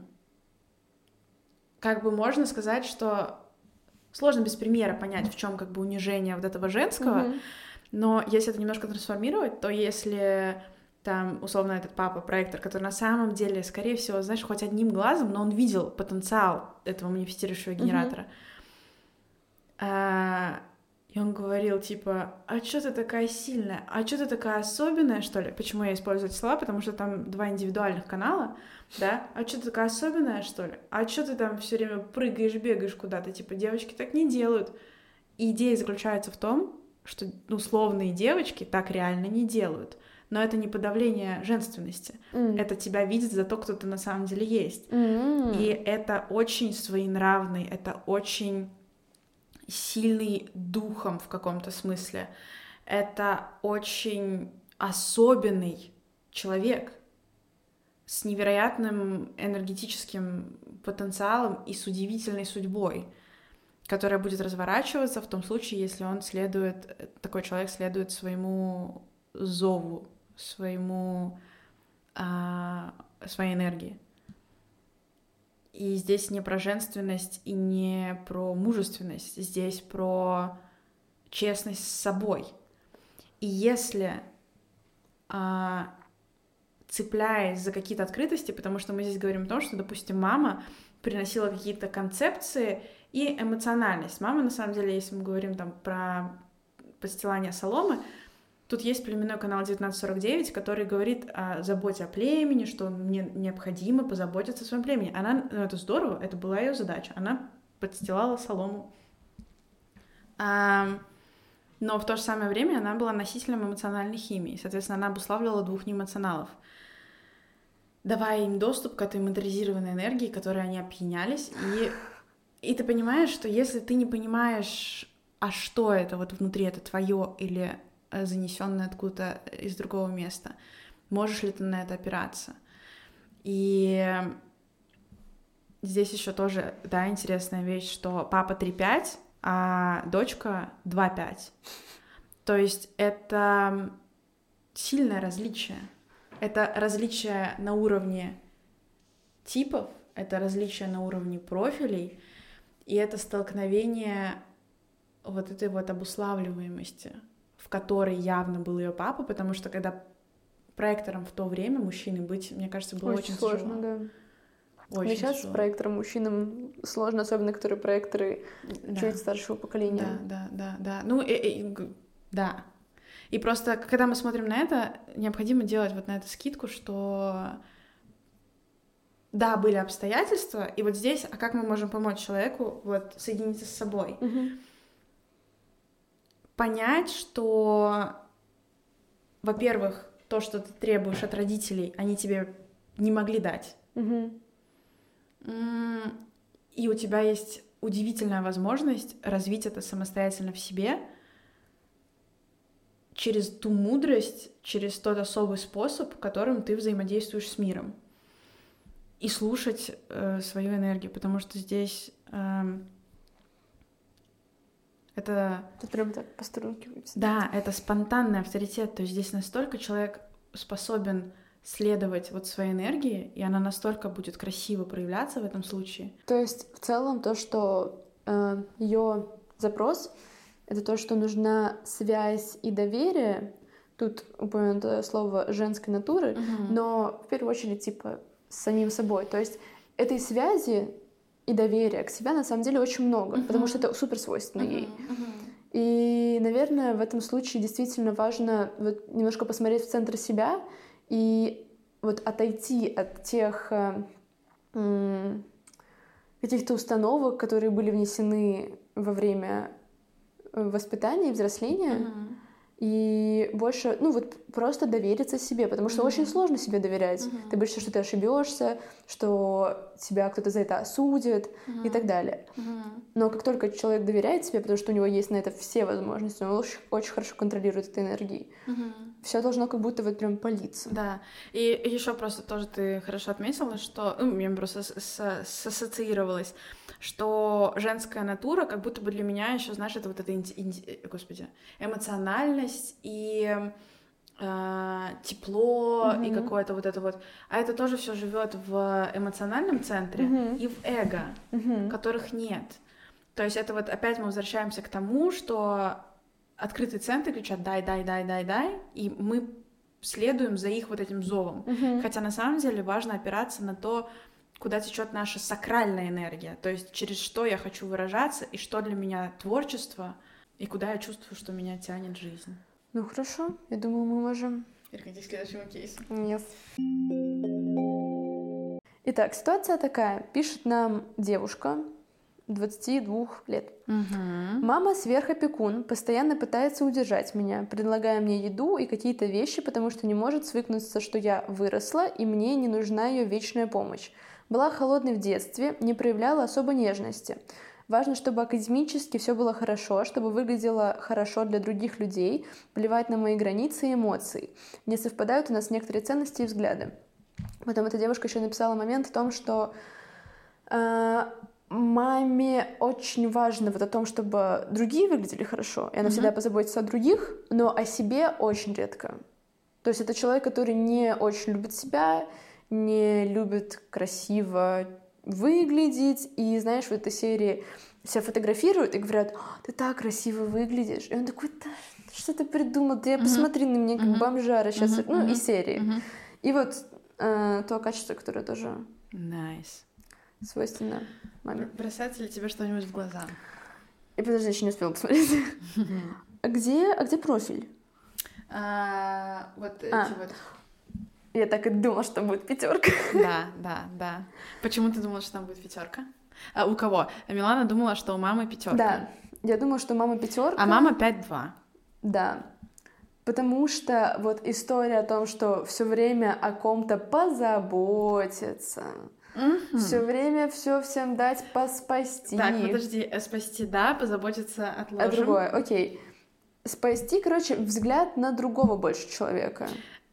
как бы можно сказать, что сложно без примера понять, в чем как бы унижение вот этого женского. Mm-hmm. Но если это немножко трансформировать, то если там, условно, этот папа-проектор, который на самом деле, скорее всего, знаешь, хоть одним глазом, но он видел потенциал этого манифестирующего генератора. Mm-hmm. А, и он говорил, типа, а чё ты такая сильная? А чё ты такая особенная, что ли? Почему я использую эти слова? Потому что там два индивидуальных канала, да? А чё ты такая особенная, что ли? А чё ты там все время прыгаешь, бегаешь куда-то? Типа, девочки так не делают. И идея заключается в том, что условные девочки так реально не делают. Но это не подавление женственности. Mm. Это тебя видит за то, кто ты на самом деле есть. Mm. И это очень своенравный, это очень сильный духом в каком-то смысле. Это очень особенный человек с невероятным энергетическим потенциалом и с удивительной судьбой, которая будет разворачиваться в том случае, если он следует, такой человек следует своему зову, своему, а, своей энергии. И здесь не про женственность и не про мужественность, здесь про честность с собой. И если, а, цепляясь за какие-то открытости, потому что мы здесь говорим о том, что, допустим, мама приносила какие-то концепции и эмоциональность. Мама, на самом деле, если мы говорим там про подстилание соломы, тут есть племенной канал девятнадцать сорок девять, который говорит о заботе о племени, что мне необходимо позаботиться о своем племени. Она, ну, это здорово, это была ее задача. Она подстилала солому. А, но в то же самое время она была носителем эмоциональной химии. Соответственно, она обуславливала двух неэмоционалов, давая им доступ к этой моторизированной энергии, которой они опьянялись. И, и ты понимаешь, что если ты не понимаешь, а что это вот внутри, это твое или занесенное откуда-то из другого места, можешь ли ты на это опираться? И здесь еще тоже, да, интересная вещь, что папа три пять, а дочка два пять. То есть это сильное различие. Это различие на уровне типов, это различие на уровне профилей, и это столкновение вот этой вот обуславливаемости, в которой явно был ее папа, потому что когда проектором в то время мужчины быть, мне кажется, было очень, очень сложно, тяжело. Да. Очень Но сейчас тяжело. с проектором мужчинам сложно, особенно которые проекторы Да. чуть старшего поколения. Да, да, да, да. Ну, и, и, да. И просто, когда мы смотрим на это, необходимо делать вот на это скидку, что да, были обстоятельства, и вот здесь, а как мы можем помочь человеку вот соединиться с собой? Угу. Понять, что, во-первых, то, что ты требуешь от родителей, они тебе не могли дать. Угу. И у тебя есть удивительная возможность развить это самостоятельно в себе через ту мудрость, через тот особый способ, которым ты взаимодействуешь с миром. И слушать э, свою энергию, потому что здесь э, это... Тут прям так по струнке. Да, это спонтанный авторитет, то есть здесь настолько человек способен следовать вот своей энергии, и она настолько будет красиво проявляться в этом случае. То есть в целом то, что э, ее запрос — это то, что нужна связь и доверие. Тут упомянуто слово женской натуры, Угу. но в первую очередь типа с самим собой. То есть этой связи и доверия к себе на самом деле очень много, Угу. потому что это супер свойственно Угу. ей. Угу. И, наверное, в этом случае действительно важно вот немножко посмотреть в центр себя и вот отойти от тех э, м, каких-то установок, которые были внесены во время воспитания и взросления, Угу. и больше, ну вот просто довериться себе, потому что Мгм. очень сложно себе доверять. Мгм. Ты боишься, что ты ошибешься, что тебя кто-то за это осудит Угу. и так далее. Угу. Но как только человек доверяет себе, потому что у него есть на это все возможности, он очень, очень хорошо контролирует этой энергией, Угу. все должно как будто вот прям палиться. Да, и еще просто тоже ты хорошо отметила, что, ну, мне просто с- с- сассоциировалось, что женская натура, как будто бы для меня еще, знаешь, это вот эта, инди- инди- господи, эмоциональность и э, тепло, Мгм. и какое-то вот это вот, а это тоже все живет в эмоциональном центре Мгм. и в эго, Мгм. которых нет. То есть это вот опять мы возвращаемся к тому, что открытые центры кричат «дай, дай, дай, дай, дай», и мы следуем за их вот этим зовом. Мгм. Хотя на самом деле важно опираться на то, куда течет наша сакральная энергия, то есть через что я хочу выражаться, и что для меня творчество, и куда я чувствую, что меня тянет жизнь. Ну хорошо, я думаю, мы можем... Переходи к следующему кейсу. Yes. Итак, ситуация такая. Пишет нам девушка двадцати двух лет. Угу. Мама сверхопекун, постоянно пытается удержать меня, предлагая мне еду и какие-то вещи, потому что не может свыкнуться, что я выросла, и мне не нужна ее вечная помощь. Была холодной в детстве, не проявляла особо нежности. Важно, чтобы академически все было хорошо, чтобы выглядело хорошо для других людей, плевать на мои границы и эмоции. Не совпадают у нас некоторые ценности и взгляды. Потом эта девушка еще написала момент о том, что э, маме очень важно вот о том, чтобы другие выглядели хорошо, и она mm-hmm. всегда позаботится о других, но о себе очень редко. То есть это человек, который не очень любит себя, не любит красиво выглядеть, и, знаешь, в этой серии себя фотографируют и говорят: ты так красиво выглядишь. И он такой: да, что ты придумал? Ты uh-huh. посмотри на меня, как uh-huh. бомжара сейчас. Uh-huh. Ну, из серии. Uh-huh. И вот э, то качество, которое тоже nice. свойственно маме. Бросается ли тебе что-нибудь в глаза? И подожди, еще не успела посмотреть. Uh-huh. а, где, а где профиль? А, вот эти а. вот. Я так и думала, что там будет пятерка. Да, да, да. Почему ты думала, что там будет пятерка? А у кого? Милана думала, что у мамы пятерка. Да, я думала, что у мамы пятерка. А мама пять-два. Да. Потому что вот история о том, что все время о ком-то позаботиться, mm-hmm. все время все всем дать поспасти. Так, подожди, спасти, да, позаботиться отложим. А другое, окей. Спасти, короче, взгляд на другого больше человека.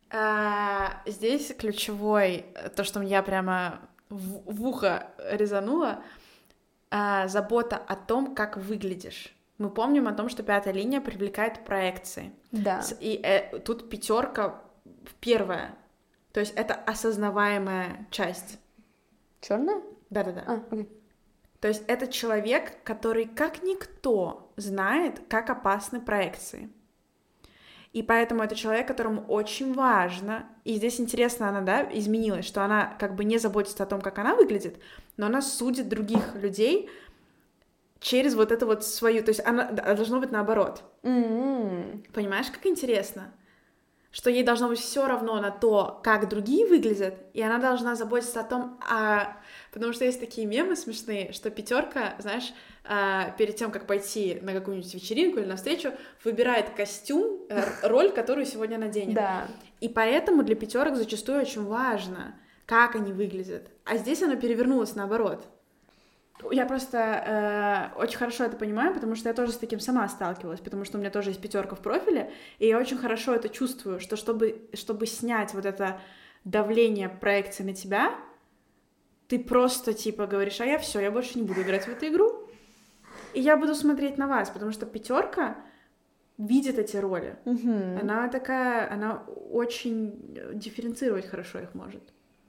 А, здесь ключевой, то, что я прямо в, в ухо резанула, а, забота о том, как выглядишь. Мы помним о том, что пятая линия привлекает проекции. Да. И э, тут пятерка первая. То есть это осознаваемая часть. Черная? Да-да-да. А, окей. То есть это человек, который как никто знает, как опасны проекции. И поэтому это человек, которому очень важно, и здесь интересно, она, да, изменилась, что она как бы не заботится о том, как она выглядит, но она судит других людей через вот эту вот свою, то есть она должно быть наоборот. Mm-hmm. Понимаешь, как интересно? Что ей должно быть все равно на то, как другие выглядят, и она должна заботиться о том, а... потому что есть такие мемы смешные, что пятерка, знаешь, перед тем, как пойти на какую-нибудь вечеринку или на встречу, выбирает костюм, роль, которую сегодня наденет. Да. И поэтому для пятерок зачастую очень важно, как они выглядят. А здесь оно перевернулось наоборот. Я просто э, очень хорошо это понимаю, потому что я тоже с таким сама сталкивалась, потому что у меня тоже есть пятерка в профиле, и я очень хорошо это чувствую, что чтобы, чтобы снять вот это давление проекции на тебя, ты просто типа говоришь: а я все, я больше не буду играть в эту игру, и я буду смотреть на вас, потому что пятерка видит эти роли. Mm-hmm. Она такая, она очень дифференцировать хорошо их может.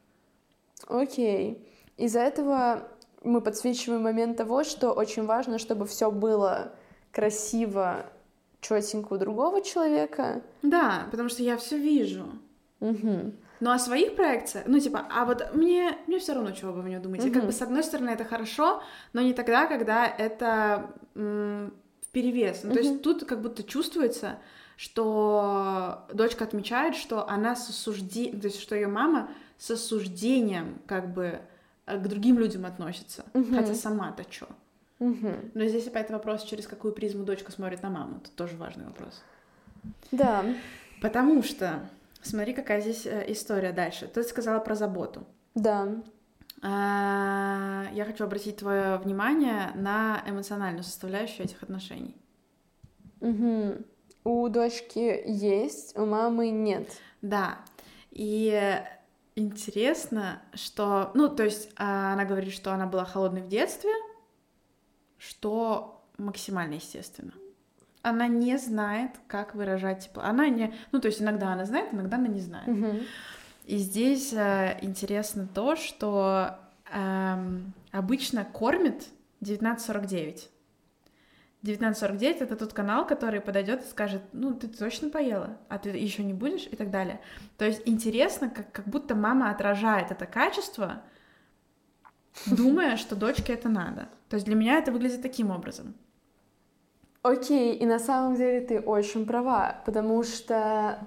Окей. Okay. Из-за этого мы подсвечиваем момент того, что очень важно, чтобы все было красиво, чётенько у другого человека. Да, потому что я все вижу. Угу. Ну, о своих проекциях, ну, типа, а вот мне, мне все равно, чего вы о нем думаете. Угу. Как бы, с одной стороны, это хорошо, но не тогда, когда это м- вперевес. Ну, угу. То есть тут как будто чувствуется, что дочка отмечает, что она с осуждением, то есть что ее мама с осуждением как бы к другим людям относится, угу. хотя сама-то чё. Угу. Но здесь опять вопрос, через какую призму дочка смотрит на маму. Это тоже важный вопрос. Да. Потому что, смотри, какая здесь история дальше. Ты сказала про заботу. Да. А, я хочу обратить твое внимание на эмоциональную составляющую этих отношений. Угу. У дочки есть, у мамы нет. Да. И интересно, что... Ну, то есть она говорит, что она была холодной в детстве, что максимально естественно. Она не знает, как выражать тепло. Она не... Ну, то есть иногда она знает, иногда она не знает. Mm-hmm. И здесь э, интересно то, что э, обычно кормит девятнадцать сорок девять. девятнадцать сорок девять — это тот канал, который подойдет и скажет: ну, ты точно поела, а ты еще не будешь, и так далее. То есть интересно, как, как будто мама отражает это качество, думая, что дочке это надо. То есть для меня это выглядит таким образом. Окей, и на самом деле ты очень права, потому что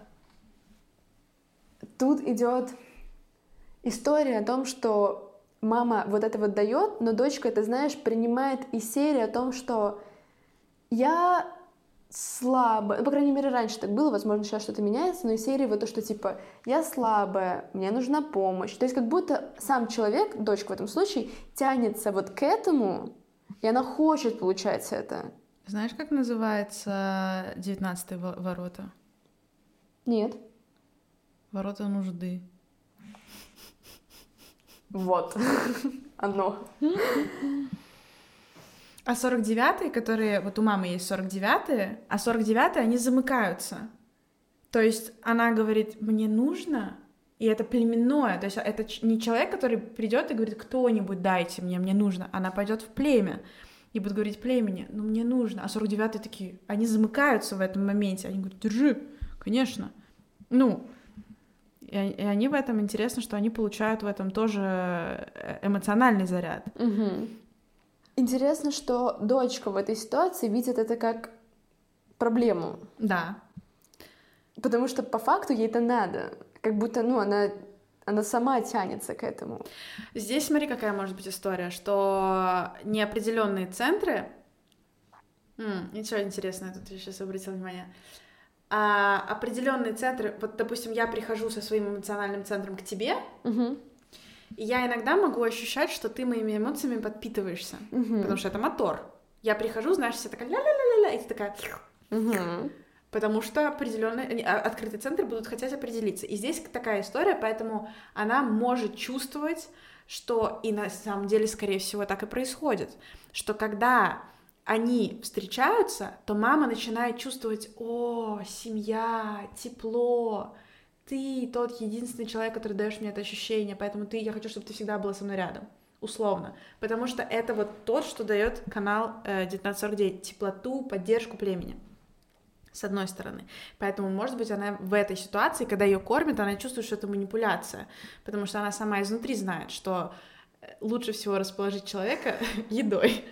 тут идет история о том, что мама вот это вот дает, но дочка, ты знаешь, принимает из серии о том, что я слабая, ну, по крайней мере, раньше так было, возможно, сейчас что-то меняется, но из серии вот то, что типа я слабая, мне нужна помощь. То есть как будто сам человек, дочка в этом случае, тянется вот к этому, и она хочет получать это. Знаешь, как называется девятнадцатые ворота? Нет. Ворота нужды. Вот. Оно. А сорок девятые, которые... Вот у мамы есть сорок девятые, а сорок девятые, они замыкаются. То есть она говорит, мне нужно, и это племенное. То есть это не человек, который придет и говорит, кто-нибудь дайте мне, мне нужно. Она пойдет в племя и будет говорить племени, ну мне нужно. А сорок девятые такие, они замыкаются в этом моменте. Они говорят, держи, конечно. Ну, и, и они в этом, интересно, что они получают в этом тоже эмоциональный заряд. Угу. Интересно, что дочка в этой ситуации видит это как проблему. Да. Потому что по факту ей это надо. Как будто, ну, она, она сама тянется к этому. Здесь смотри, какая может быть история, что неопределенные центры... М, ничего интересного, тут я сейчас обратила внимание. А определенные центры... Вот, допустим, я прихожу со своим эмоциональным центром к тебе, угу. и я иногда могу ощущать, что ты моими эмоциями подпитываешься, угу. потому что это мотор. Я прихожу, знаешь, вся такая ля-ля-ля-ля-ля, и ты такая... Угу. Потому что определенные открытые центры будут хотеть определиться. И здесь такая история, поэтому она может чувствовать, что и на самом деле, скорее всего, так и происходит, что когда они встречаются, то мама начинает чувствовать: о, семья, тепло, ты тот единственный человек, который даешь мне это ощущение, поэтому ты, я хочу, чтобы ты всегда была со мной рядом, условно. Потому что это вот тот, что дает канал э, девятнадцать сорок девять, теплоту, поддержку племени. С одной стороны. Поэтому, может быть, она в этой ситуации, когда ее кормят, она чувствует, что это манипуляция, потому что она сама изнутри знает, что лучше всего расположить человека едой.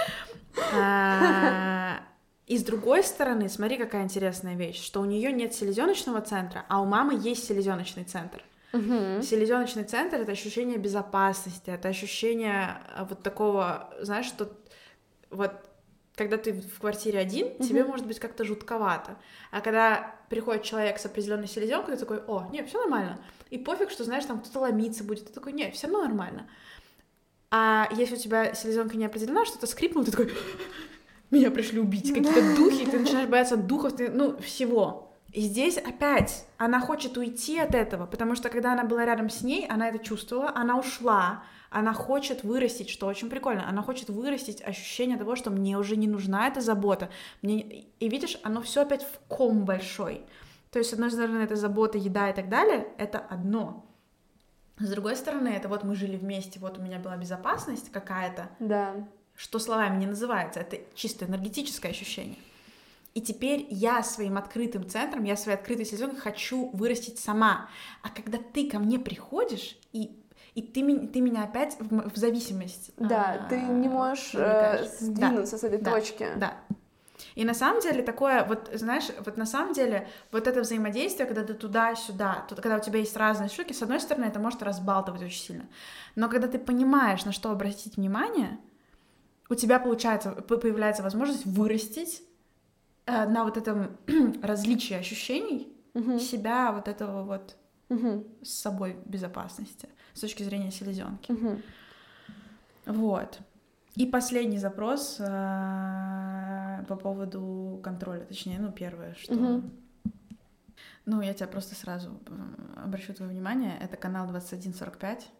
И с другой стороны, смотри, какая интересная вещь, что у нее нет селезеночного центра, а у мамы есть селезеночный центр. Uh-huh. Селезеночный центр — это ощущение безопасности, это ощущение вот такого, знаешь, что вот когда ты в квартире один, uh-huh. тебе может быть как-то жутковато. А когда приходит человек с определенной селезенкой, ты такой: о, нет, все нормально. И пофиг, что, знаешь, там кто-то ломиться будет. Ты такой: нет, все равно нормально. А если у тебя селезенка не определена, что-то скрипнуло, ты такой: меня пришли убить, какие-то духи, и ты начинаешь бояться духов, ты, ну, всего. И здесь опять она хочет уйти от этого, потому что когда она была рядом с ней, она это чувствовала, она ушла. Она хочет вырастить, что очень прикольно, она хочет вырастить ощущение того, что мне уже не нужна эта забота. Мне... И видишь, оно все опять в ком большой. То есть, с одной стороны, это забота, еда и так далее, это одно. С другой стороны, это вот мы жили вместе, вот у меня была безопасность какая-то, да. что словами не называется, это чисто энергетическое ощущение. И теперь я своим открытым центром, я своей открытой селезенкой хочу вырастить сама. А когда ты ко мне приходишь и И ты, ты меня опять в, в зависимость. Да, а, ты не можешь э, сдвинуться да, с этой да, точки. Да. И на самом деле такое, вот знаешь, вот на самом деле вот это взаимодействие, когда ты туда-сюда, тут, когда у тебя есть разные штуки, с одной стороны, это может разбалтывать очень сильно. Но когда ты понимаешь, на что обратить внимание, у тебя получается, появляется возможность вырастить э, на вот этом различии ощущений угу. себя, вот этого вот угу. с собой безопасности. С точки зрения селезенки. Uh-huh. Вот. И последний запрос э, по поводу контроля. Точнее, ну, первое, что... Uh-huh. Ну, я тебя просто сразу обращу твое внимание. Это канал двадцать один сорок пять.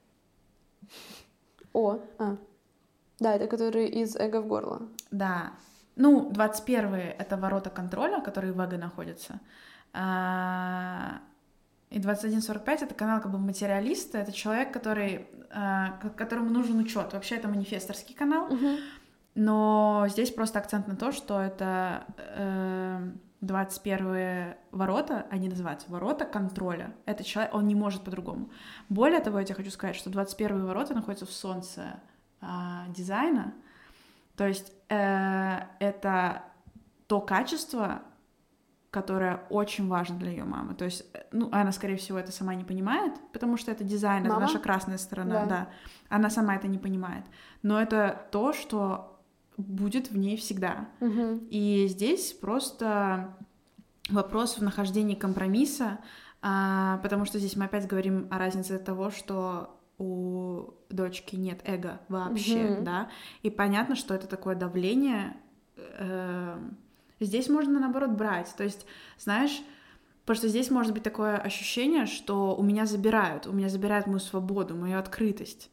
О, а. Да, это который из эго в горло. Да. Ну, двадцать первый — это ворота контроля, которые в эго находятся. А... И двадцать один сорок пять — это канал как бы материалиста, это человек, который, э, которому нужен учет. Вообще это манифесторский канал, uh-huh. но здесь просто акцент на то, что это э, двадцать первые ворота, они называются ворота контроля. Это человек, он не может по-другому. Более того, я тебе хочу сказать, что двадцать первые ворота находятся в солнце э, дизайна, то есть э, это то качество, которая очень важна для ее мамы. То есть, ну, она, скорее всего, это сама не понимает, потому что это дизайн, Мама? Это наша красная сторона, да. да. Она сама это не понимает. Но это то, что будет в ней всегда. Угу. И здесь просто вопрос в нахождении компромисса, а, потому что здесь мы опять говорим о разнице того, что у дочки нет эго вообще, угу. да, и понятно, что это такое давление. Э- Здесь можно, наоборот, брать. То есть, знаешь, Потому что здесь может быть такое ощущение, что у меня забирают, у меня забирают мою свободу, мою открытость.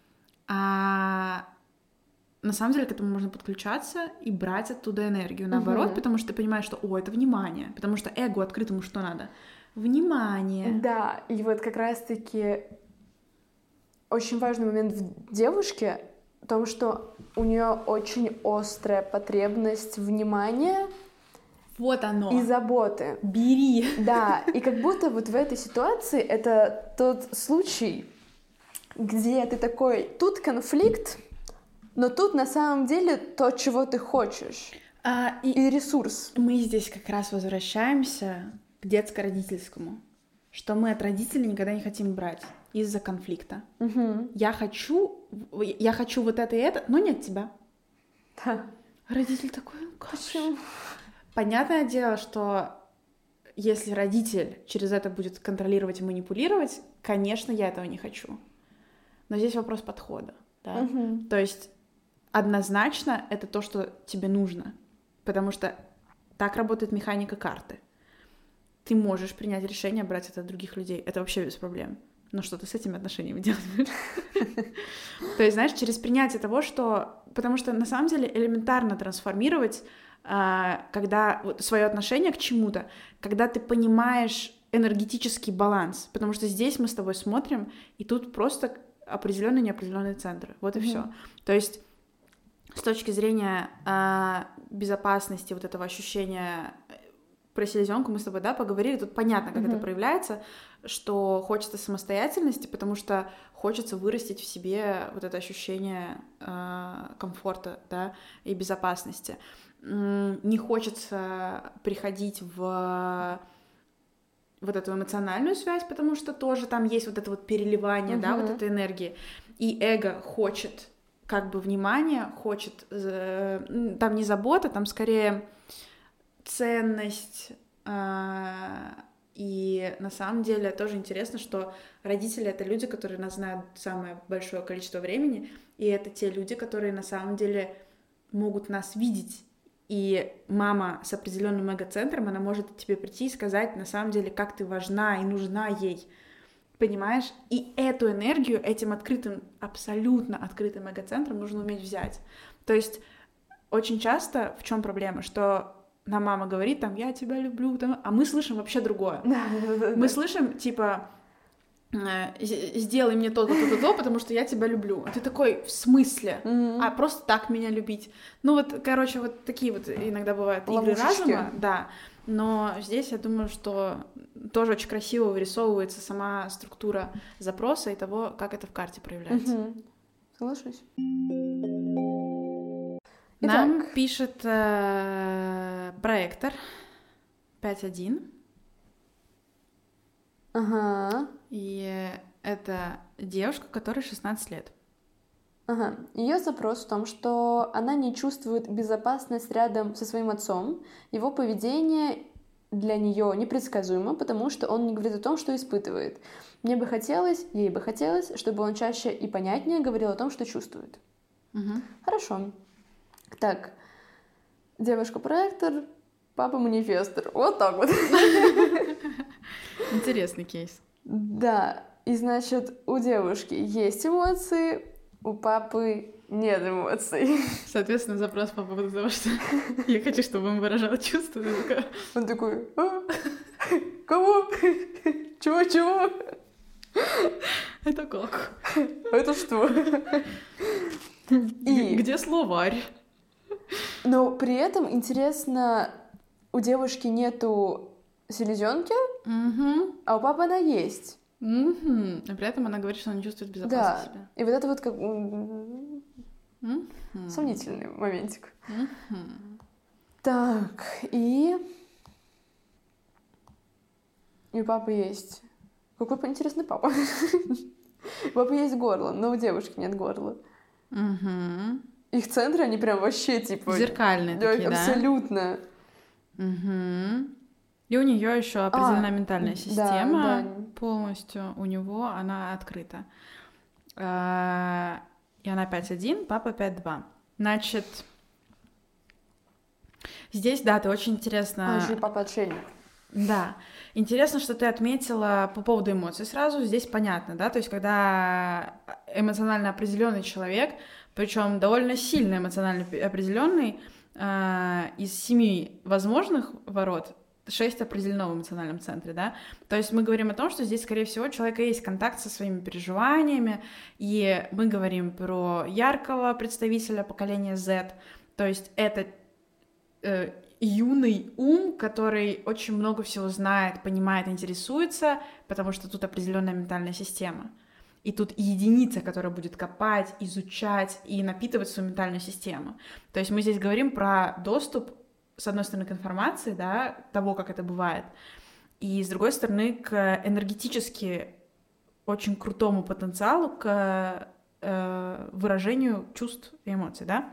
А на самом деле к этому можно подключаться и брать оттуда энергию, наоборот, uh-huh. потому что ты понимаешь, что, о, это внимание, потому что эго открытому что надо? Внимание. Да, и вот как раз-таки очень важный момент в девушке в том, что у нее очень острая потребность внимания. Вот оно. И заботы. Бери. Да, и как будто вот в этой ситуации это тот случай, где ты такой, тут конфликт, но тут на самом деле то, чего ты хочешь, а, и, и ресурс. Мы здесь как раз возвращаемся к детско-родительскому, что мы от родителей никогда не хотим брать из-за конфликта. Угу. Я хочу, я хочу вот это и это, но не от тебя. Да. Родитель такой, почему? Понятное дело, что если родитель через это будет контролировать и манипулировать, конечно, я этого не хочу. Но здесь вопрос подхода, да? Угу. То есть однозначно это то, что тебе нужно, потому что так работает механика карты. Ты можешь принять решение брать это от других людей, это вообще без проблем. Но что ты с этими отношениями делать будешь? То есть, знаешь, через принятие того, что... Потому что на самом деле элементарно трансформировать когда свое отношение к чему-то, когда ты понимаешь энергетический баланс, потому что здесь мы с тобой смотрим, и тут просто определенные неопределенные центры. Вот и mm-hmm. все. То есть с точки зрения э, безопасности, вот этого ощущения про селезенку мы с тобой, да, поговорили, тут понятно, как mm-hmm. это проявляется, что хочется самостоятельности, потому что хочется вырастить в себе вот это ощущение э, комфорта, да, и безопасности. Не хочется приходить в вот эту эмоциональную связь, потому что тоже там есть вот это вот переливание, uh-huh. да, вот этой энергии. И эго хочет как бы внимания, хочет... Там не забота, там скорее ценность. И на самом деле тоже интересно, что родители — это люди, которые нас знают самое большое количество времени, и это те люди, которые на самом деле могут нас видеть. И мама с определенным эго-центром, она может тебе прийти и сказать, на самом деле, как ты важна и нужна ей. Понимаешь? И эту энергию этим открытым, абсолютно открытым эго-центром нужно уметь взять. То есть очень часто в чем проблема? Что нам мама говорит, там, я тебя люблю, там, а мы слышим вообще другое. Мы слышим, типа... сделай мне то-то, то-то, то, потому что я тебя люблю. А ты такой, в смысле? Mm-hmm. А просто так меня любить? Ну вот, короче, вот такие вот иногда бывают игры разума, да. Но здесь я думаю, что тоже очень красиво вырисовывается сама структура запроса и того, как это в карте проявляется. Mm-hmm. Соглашусь. Нам Итак. пишет э, проектор пять один. Ага. И это девушка, которой шестнадцать лет. Ага. Ее запрос в том, что она не чувствует безопасность рядом со своим отцом. Его поведение для нее непредсказуемо, потому что он не говорит о том, что испытывает. Мне бы хотелось, ей бы хотелось, чтобы он чаще и понятнее говорил о том, что чувствует. Угу. Хорошо. Так, девушка-проектор, папа-манифестор. Вот так вот. Интересный кейс. Да, и значит, у девушки есть эмоции, у папы нет эмоций. Соответственно, запрос по поводу того, что я хочу, чтобы он выражал чувства. Он такой, а? Кого? Чего-чего? Это как? Это что? И... Где словарь? Но при этом, интересно, у девушки нету селезенки, угу. а у папы она есть. Угу. И при этом она говорит, что она не чувствует безопасности да. себя. И вот это вот как угу. сомнительный моментик. Угу. Так, и... И у папы есть... Какой интересный папа. У папы есть горло, но у девушки нет горла. Угу. Их центры, они прям вообще типа... Зеркальные такие, да? Абсолютно. Угу. И у нее еще определенная а, ментальная система да, да. полностью. У него она открыта. А, и она пять один, папа пять два. Значит, здесь, да, ты очень интересно... А, еще и папа отшельник. Да. Интересно, что ты отметила по поводу эмоций сразу. Здесь понятно, да, то есть когда эмоционально определенный человек, причем довольно сильно эмоционально определенный, э, из семи возможных ворот шесть определено в эмоциональном центре, да, то есть мы говорим о том, что здесь, скорее всего, у человека есть контакт со своими переживаниями, и мы говорим про яркого представителя поколения Z, то есть это э, юный ум, который очень много всего знает, понимает, интересуется, потому что тут определенная ментальная система. И тут единица, которая будет копать, изучать и напитывать свою ментальную систему. То есть мы здесь говорим про доступ, с одной стороны, к информации, да, того, как это бывает, и с другой стороны, к энергетически очень крутому потенциалу, к э, выражению чувств и эмоций, да.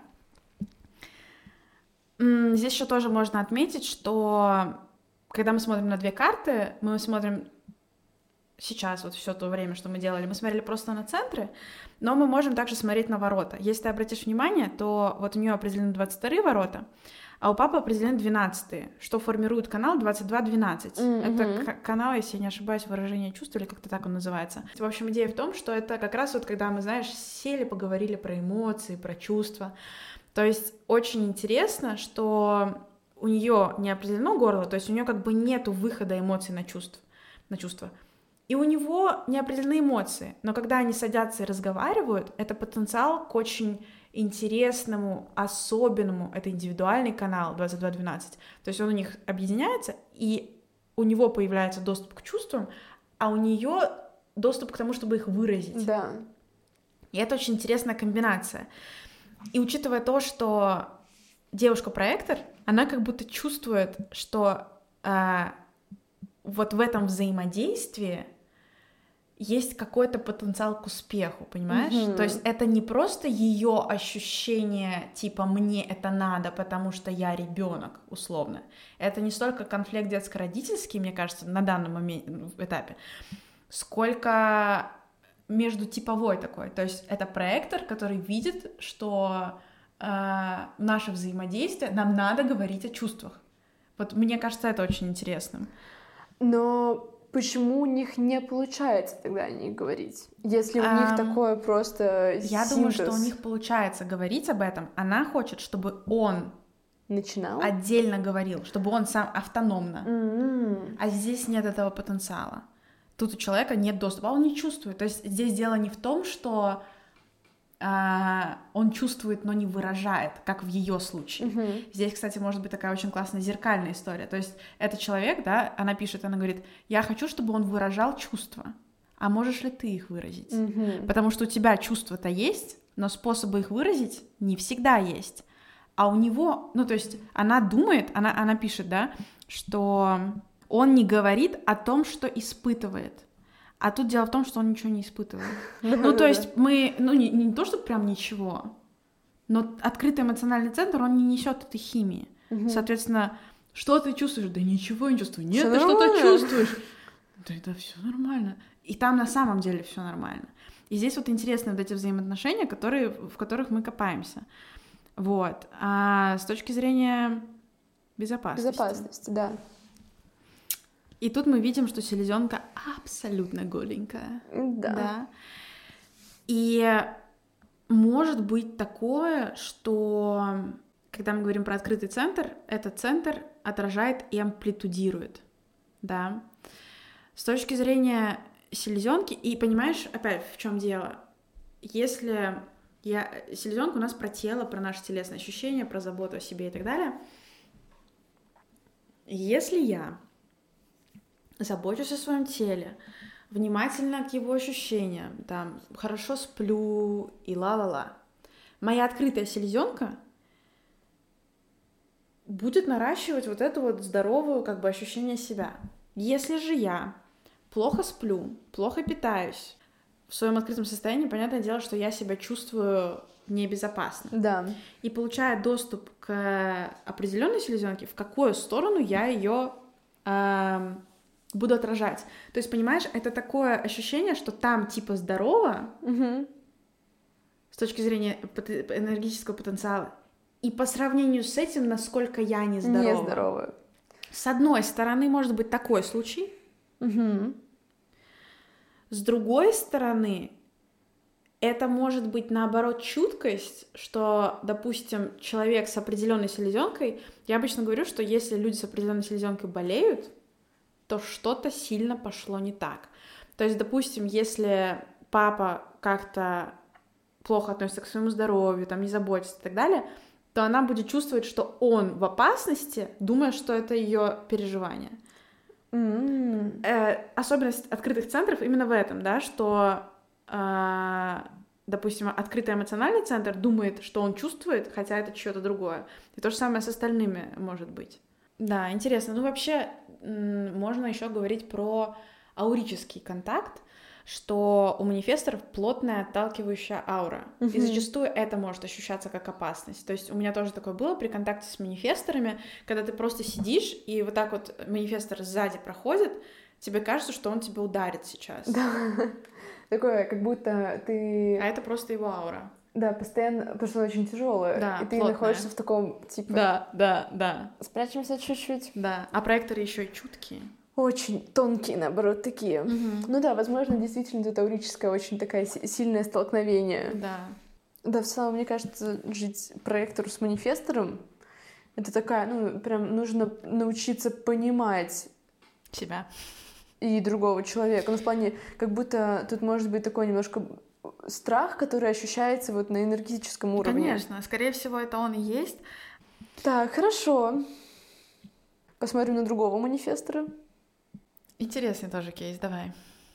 Здесь еще тоже можно отметить, что когда мы смотрим на две карты, мы смотрим сейчас, вот все то время, что мы делали, мы смотрели просто на центры, но мы можем также смотреть на ворота. Если ты обратишь внимание, то вот у нее определены двадцать вторые ворота, а у папы определены двенадцатые, что формирует канал двадцать два двенадцать. Mm-hmm. Это к- канал, если я не ошибаюсь, выражение чувств, или как-то так он называется. В общем, идея в том, что это как раз вот когда мы, знаешь, сели, поговорили про эмоции, про чувства. То есть очень интересно, что у нее не определено горло, то есть у нее как бы нету выхода эмоций на чувств, на чувства. И у него не определены эмоции, но когда они садятся и разговаривают, это потенциал к очень интересному, особенному, это индивидуальный канал двадцать два двенадцать, то есть он у них объединяется, и у него появляется доступ к чувствам, а у нее доступ к тому, чтобы их выразить. Да. И это очень интересная комбинация. И учитывая то, что девушка-проектор, она как будто чувствует, что э, вот в этом взаимодействии есть какой-то потенциал к успеху, понимаешь? Mm-hmm. То есть это не просто ее ощущение, типа «мне это надо, потому что я ребенок», условно. Это не столько конфликт детско-родительский, мне кажется, на данном моменте, этапе, сколько междутиповой такой. То есть это проектор, который видит, что э, наше взаимодействие, нам надо говорить о чувствах. Вот мне кажется, это очень интересным. Но почему у них не получается тогда о них говорить? Если у um, них такое просто Я синтез. думаю, что у них получается говорить об этом. Она хочет, чтобы он начинал отдельно говорил, чтобы он сам автономно. Mm-hmm. А здесь нет этого потенциала. Тут у человека нет доступа, а он не чувствует. То есть здесь дело не в том, что а, он чувствует, но не выражает, как в ее случае. Mm-hmm. Здесь, кстати, может быть такая очень классная зеркальная история. То есть этот человек, да, она пишет, она говорит, я хочу, чтобы он выражал чувства. А можешь ли ты их выразить? Mm-hmm. Потому что у тебя чувства-то есть, но способы их выразить не всегда есть. А у него, ну то есть она думает, она, она пишет, да, что он не говорит о том, что испытывает. А тут дело в том, что он ничего не испытывает. Ну, то есть мы, ну, не, не то, что прям ничего, но открытый эмоциональный центр, он не несет этой химии. Соответственно, что ты чувствуешь? Да ничего не чувствую. Нет, ты что-то чувствуешь. Да, да, все нормально. И там на самом деле все нормально. И здесь вот интересные вот эти взаимоотношения, которые, в которых мы копаемся. Вот. А с точки зрения безопасности. Безопасности, да. И тут мы видим, что селезенка абсолютно голенькая. Да. Да. И может быть такое, что когда мы говорим про открытый центр, этот центр отражает и амплитудирует. Да. С точки зрения селезенки, и понимаешь, опять в чем дело? Если я... селезенка у нас про тело, про наши телесные ощущения, про заботу о себе и так далее. Если я забочусь о своем теле, внимательно к его ощущениям, там, хорошо сплю и ла-ла-ла, моя открытая селезенка будет наращивать вот это вот здоровое как бы ощущение себя. Если же я плохо сплю, плохо питаюсь, в своем открытом состоянии, понятное дело, что я себя чувствую небезопасно. Да. И получая доступ к определенной селезенке, в какую сторону я ее э, буду отражать. То есть, понимаешь, это такое ощущение, что там типа здорово, угу. с точки зрения энергетического потенциала, и по сравнению с этим, насколько я нездорова. Нездорова. С одной стороны, может быть такой случай. Угу. С другой стороны, это может быть, наоборот, чуткость, что, допустим, человек с определенной селезенкой, я обычно говорю, что если люди с определенной селезенкой болеют, то что-то сильно пошло не так. То есть, допустим, если папа как-то плохо относится к своему здоровью, там, не заботится и так далее, то она будет чувствовать, что он в опасности, думая, что это ее переживание. Mm-hmm. Э, особенность открытых центров именно в этом, да, что, э, допустим, открытый эмоциональный центр думает, что он чувствует, хотя это что-то другое. И то же самое с остальными может быть. Да, интересно. Ну, вообще, м- можно еще говорить про аурический контакт, что у манифесторов плотная отталкивающая аура. Uh-huh. И зачастую это может ощущаться как опасность. То есть у меня тоже такое было при контакте с манифесторами, когда ты просто сидишь, и вот так вот манифестор сзади проходит, тебе кажется, что он тебя ударит сейчас. Да, такое, как будто ты... А это просто его аура. Да, постоянно, потому что она очень тяжелая, да, и ты плотная. находишься в таком, типа... Да, да, да. Спрячемся чуть-чуть. Да, а проекторы еще и чуткие. Очень тонкие, наоборот, такие. Угу. Ну да, возможно, действительно, это таурическое очень такое сильное столкновение. Да. Да, в целом, мне кажется, жить проектору с манифестором, это такая, ну, прям нужно научиться понимать себя и другого человека. Ну, в плане, как будто тут может быть такой немножко страх, который ощущается вот на энергетическом уровне. Конечно, скорее всего, это он и есть. Так, хорошо. Посмотрим на другого манифестора. Интересный тоже кейс, давай.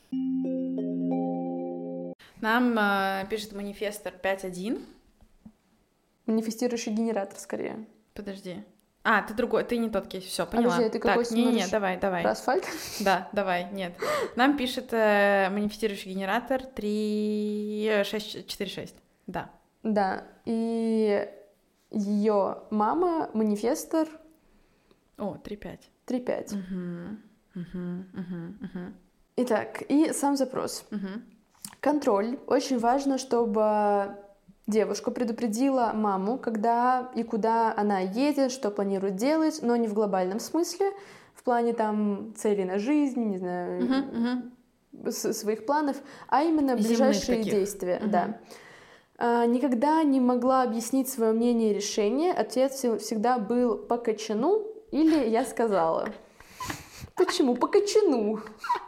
Нам э, пишет манифестор пять один. Манифестирующий генератор, скорее. Подожди. А, ты другой, ты не тот кейс, все, поняла. Подожди, ты какой так, не-не-не, давай, давай. Про асфальт? Да, давай, нет. Нам пишет э, манифестирующий генератор три шесть четыре шесть. Да. Да, и ее мама манифестор... О, три пять. три пять. Угу. Угу, угу, угу. Итак, и сам запрос. Угу. Контроль. Очень важно, чтобы девушка предупредила маму, когда и куда она едет, что планирует делать, но не в глобальном смысле, в плане там целей на жизнь, не знаю, угу, угу. своих планов, а именно ближайшие действия. Угу. Да. А, никогда не могла объяснить свое мнение и решение. Ответ всегда был «по кочану» или «я сказала». Почему? По кочану.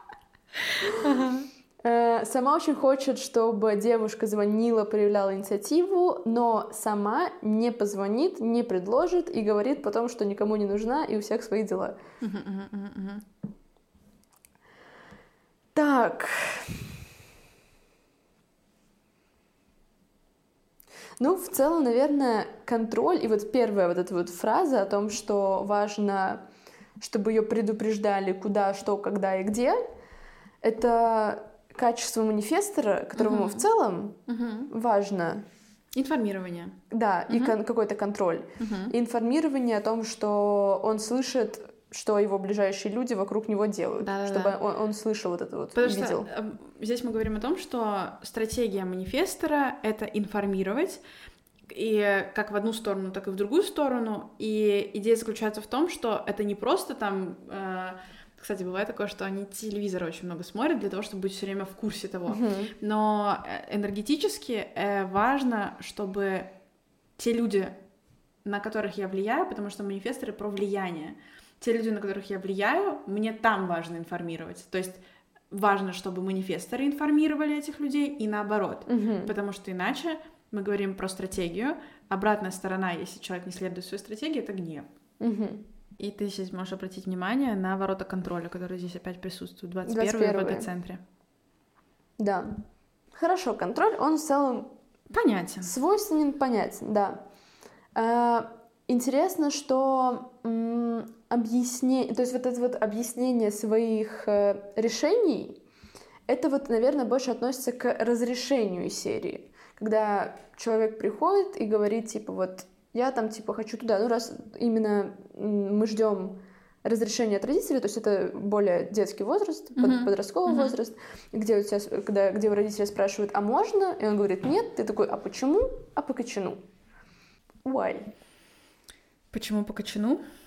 Ага. Сама очень хочет, чтобы девушка звонила, проявляла инициативу, но сама не позвонит, не предложит и говорит потом, что никому не нужна и у всех свои дела. Так. Ну, в целом, наверное, контроль и вот первая вот эта вот фраза о том, что важно, чтобы ее предупреждали куда, что, когда и где, это качество манифестора, которому uh-huh. в целом uh-huh. важно. Информирование. Да, uh-huh. и кон- какой-то контроль. Uh-huh. И информирование о том, что он слышит, что его ближайшие люди вокруг него делают, да, чтобы да. Он, он слышал вот это вот, Потому видел. Что здесь мы говорим о том, что стратегия манифестора — это информировать, и как в одну сторону, так и в другую сторону. И идея заключается в том, что это не просто там... Э, кстати, бывает такое, что они телевизор очень много смотрят для того, чтобы быть все время в курсе того. Uh-huh. Но энергетически э, важно, чтобы те люди, на которых я влияю, потому что манифесторы про влияние, те люди, на которых я влияю, мне там важно информировать. То есть важно, чтобы манифесторы информировали этих людей и наоборот. Uh-huh. Потому что иначе мы говорим про стратегию. Обратная сторона, если человек не следует своей стратегии, это гнев. Uh-huh. И ты здесь можешь обратить внимание на ворота контроля, которые здесь опять присутствуют в двадцать первом в ЭГ-центре. Да. Хорошо, контроль, он в целом... Понятен. Свойственен, понятен, да. А, интересно, что м, объяснение... То есть вот это вот объяснение своих э, решений, это вот, наверное, больше относится к разрешению серии. Когда человек приходит и говорит, типа, вот... Я там, типа, хочу туда. Ну, раз именно мы ждем разрешения от родителей, то есть это более детский возраст, uh-huh. подростковый uh-huh. возраст, где у тебя, когда, где у родителей спрашивают, а можно? И он говорит, нет. Ты такой, а почему? А по кочану. Why? Почему по кочану?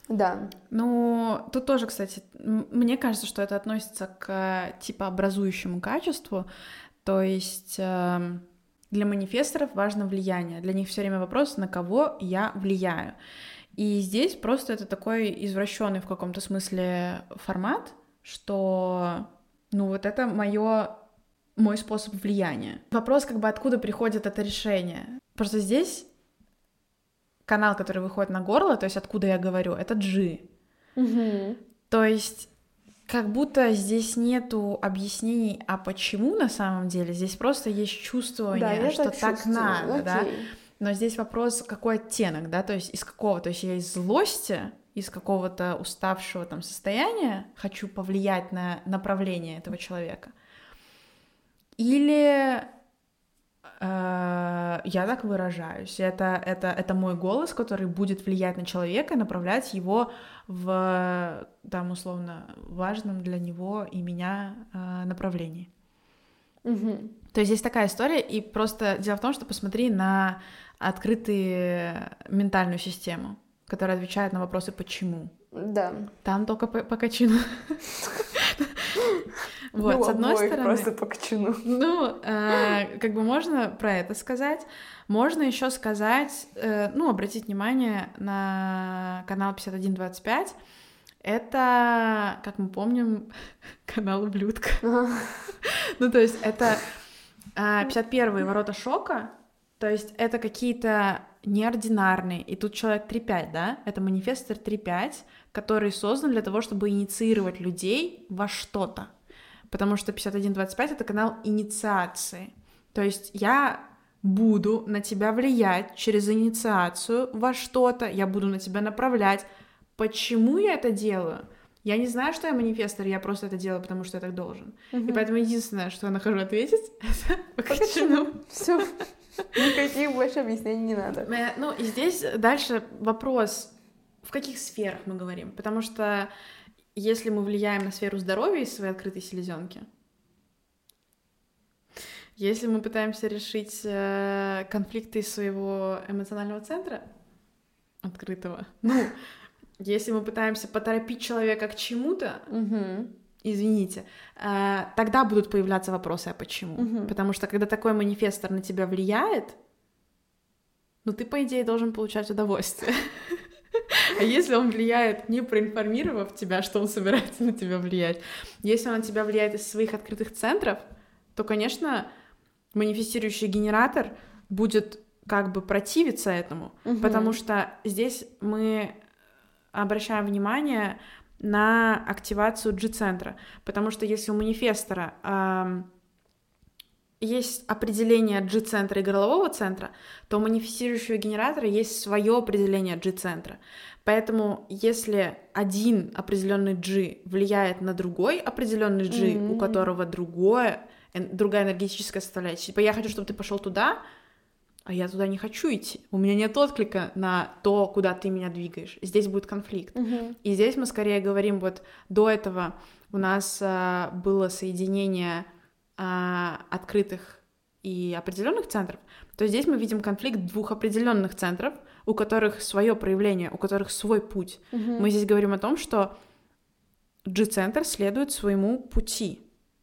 Да. Ну, тут тоже, кстати, мне кажется, что это относится к типа образующему качеству, то есть э, для манифесторов важно влияние, для них все время вопрос, на кого я влияю. И здесь просто это такой извращенный в каком-то смысле формат, что, ну, вот это моё, мой способ влияния. Вопрос, как бы, откуда приходит это решение. Просто здесь канал, который выходит на горло, то есть откуда я говорю, это G. Угу. То есть как будто здесь нету объяснений, а почему на самом деле. Здесь просто есть чувствование, да, что так, так надо, окей. да. Но здесь вопрос, какой оттенок, да, то есть из какого, то есть я из злости, из какого-то уставшего там состояния хочу повлиять на направление этого человека. Или э, я так выражаюсь, это, это, это мой голос, который будет влиять на человека и направлять его в, там, условно, важном для него и меня э, направлении. Угу. То есть здесь такая история, и просто дело в том, что посмотри на открытую ментальную систему, которая отвечает на вопросы «почему?». Да. Там только по, по качину. Вот, с одной стороны... просто по качину. Ну, как бы можно про это сказать. Можно еще сказать, ну, обратить внимание на канал пятьдесят один двадцать пять. Это, как мы помним, канал «Ублюдка». Ну, то есть это пятьдесят первые «Ворота шока», то есть это какие-то неординарные, и тут человек три пять, да, это манифестор три пять, который создан для того, чтобы инициировать людей во что-то, потому что пятьдесят один двадцать пять — это канал инициации, то есть я буду на тебя влиять через инициацию во что-то, я буду на тебя направлять. Почему я это делаю? Я не знаю, что я манифестор, я просто это делаю, потому что я так должен. Угу. И поэтому единственное, что я нахожу ответить, это по качину. Все. Никаких больше объяснений не надо. Ну, и здесь дальше вопрос, в каких сферах мы говорим. Потому что если мы влияем на сферу здоровья из своей открытой селезенки, если мы пытаемся решить э, конфликты из своего эмоционального центра открытого, ну, если мы пытаемся поторопить человека к чему-то, угу. извините, э, тогда будут появляться вопросы, а почему? Угу. Потому что когда такой манифестор на тебя влияет, ну ты, по идее, должен получать удовольствие. А если он влияет, не проинформировав тебя, что он собирается на тебя влиять, если он на тебя влияет из своих открытых центров, то, конечно, манифестирующий генератор будет как бы противиться этому, угу. потому что здесь мы обращаем внимание на активацию G-центра, потому что если у манифестора э, есть определение G-центра и горлового центра, то у манифестирующего генератора есть свое определение G-центра. Поэтому если один определенный G влияет на другой определенный G, mm-hmm. у которого другое, другая энергетическая составляющая, типа я хочу, чтобы ты пошел туда, а я туда не хочу идти. У меня нет отклика на то, куда ты меня двигаешь. Здесь будет конфликт. Mm-hmm. И здесь мы скорее говорим, вот до этого у нас а, было соединение а, открытых и определенных центров, то здесь мы видим конфликт двух определенных центров, у которых свое проявление, у которых свой путь. Mm-hmm. Мы здесь говорим о том, что G-центр следует своему пути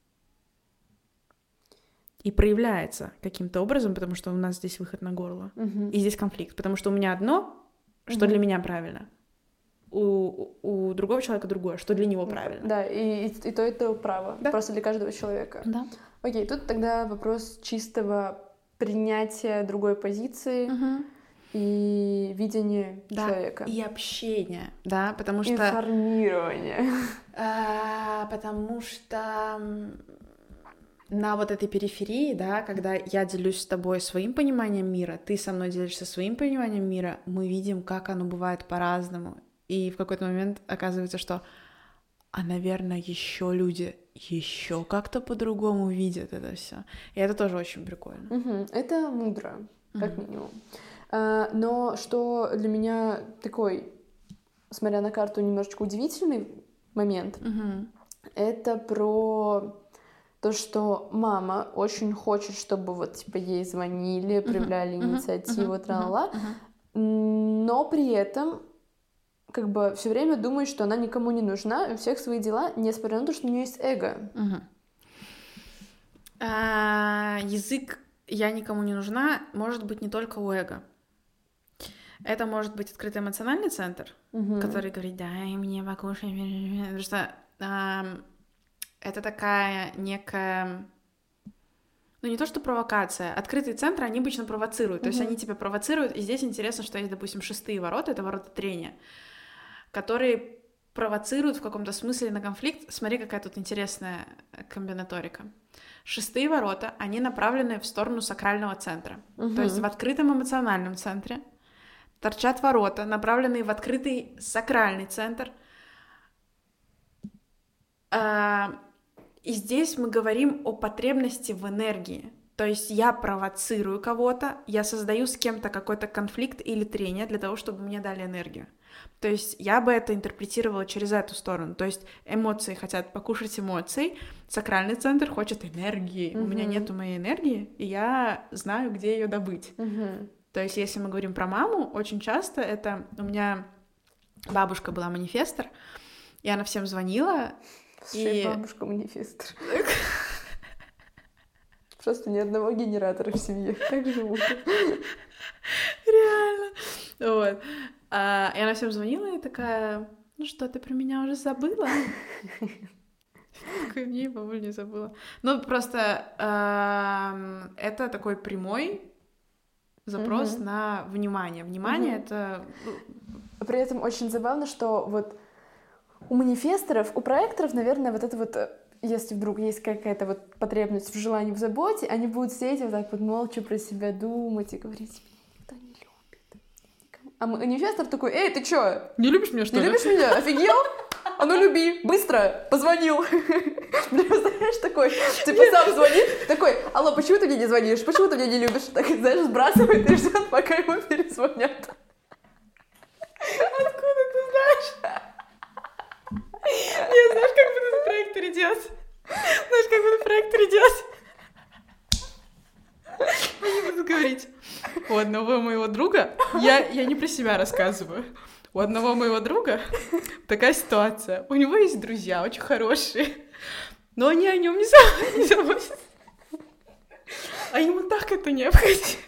и проявляется каким-то образом, потому что у нас здесь выход на горло. Uh-huh. И здесь конфликт, потому что у меня одно, что uh-huh. для меня правильно, у, у другого человека другое, что для него правильно. Да, и, и, и то, и то право, да. Просто для каждого человека. Да. Окей, тут тогда вопрос чистого принятия другой позиции uh-huh. и видения да. человека. И общения, да, потому что... Информирование. А, потому что... на вот этой периферии, да, когда я делюсь с тобой своим пониманием мира, ты со мной делишься своим пониманием мира, мы видим, как оно бывает по-разному. И в какой-то момент оказывается, что, а, наверное, еще люди еще как-то по-другому видят это все. И это тоже очень прикольно. Угу. Это мудро, как угу. минимум. А, но что для меня такой, смотря на карту, немножечко удивительный момент, угу. это про... то, что мама очень хочет, чтобы вот, типа, ей звонили, проявляли uh-huh, инициативу, uh-huh, тралала, uh-huh, uh-huh. но при этом как бы все время думает, что она никому не нужна, и у всех свои дела, несмотря на то, что у нее есть эго. Угу. А, язык «я никому не нужна» может быть не только у эго. Это может быть открытый эмоциональный центр, угу. который говорит «дай мне покушать», потому что а, это такая некая... Ну, не то, что провокация. Открытые центры, они обычно провоцируют. То mm-hmm. есть они тебя провоцируют. И здесь интересно, что есть, допустим, шестые ворота, это ворота трения, которые провоцируют в каком-то смысле на конфликт. Смотри, какая тут интересная комбинаторика. Шестые ворота, они направлены в сторону сакрального центра. Mm-hmm. То есть в открытом эмоциональном центре торчат ворота, направленные в открытый сакральный центр. А... И здесь мы говорим о потребности в энергии. То есть я провоцирую кого-то, я создаю с кем-то какой-то конфликт или трение для того, чтобы мне дали энергию. То есть я бы это интерпретировала через эту сторону. То есть эмоции хотят покушать эмоций, сакральный центр хочет энергии. Mm-hmm. У меня нету моей энергии, и я знаю, где ее добыть. Mm-hmm. То есть если мы говорим про маму, очень часто это... У меня бабушка была манифестор, и она всем звонила... Слушай, и... бабушка манифестор. Просто ни одного генератора в семье. Как живут? Реально. Вот. А, и она всем звонила и такая: ну что, ты про меня уже забыла? Такая: не, бабуль, не забыла. Ну, просто это такой прямой запрос на внимание. Внимание — это... При этом очень забавно, что вот у манифесторов, у проекторов, наверное, вот это вот, если вдруг есть какая-то вот потребность в желании, в заботе, они будут сидеть вот так вот молча про себя думать и говорить: меня никто не любит. Никому... А манифестор такой: эй, ты чё? Не любишь меня, что ли? Не любишь меня? Офигел? А ну люби, быстро, позвонил. Знаешь, такой, типа сам звонит, такой: алло, почему ты мне не звонишь? Почему ты меня не любишь? Так, знаешь, сбрасывает и ждет, пока ему перезвонят. Откуда ты знаешь? Не, знаешь, как будто проектор идет. Знаешь, как будто проектор идет. Они будут говорить: у одного моего друга, я, я не про себя рассказываю, у одного моего друга такая ситуация. У него есть друзья очень хорошие, но они о нем не заботятся. А ему так это необходимо.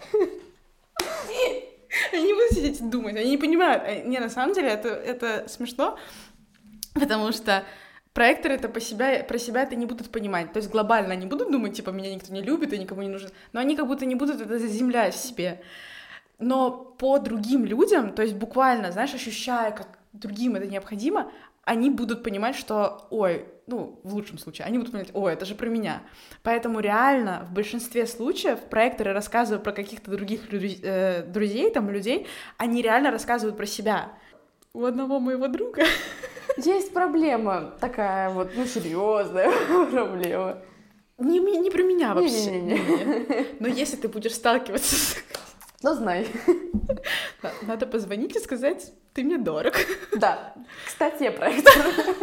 Они не будут сидеть и думать, они не понимают. Не, на самом деле это, это смешно, потому что проекторы это по себя, про себя это не будут понимать. То есть глобально они будут думать, типа, меня никто не любит и никому не нужен, но они как будто не будут это заземлять в себе. Но по другим людям, то есть буквально, знаешь, ощущая, как другим это необходимо, они будут понимать, что, ой, ну, в лучшем случае, они будут понимать: ой, это же про меня. Поэтому реально в большинстве случаев проекторы, рассказывая про каких-то других друз- э, друзей, там, людей, они реально рассказывают про себя. У одного моего друга есть проблема такая вот, ну, серьезная проблема. Не, не про меня вообще. Не-не-не. Но если ты будешь сталкиваться с... Ну, знай. Надо позвонить и сказать: ты мне дорог. Да. Кстати, я проектор.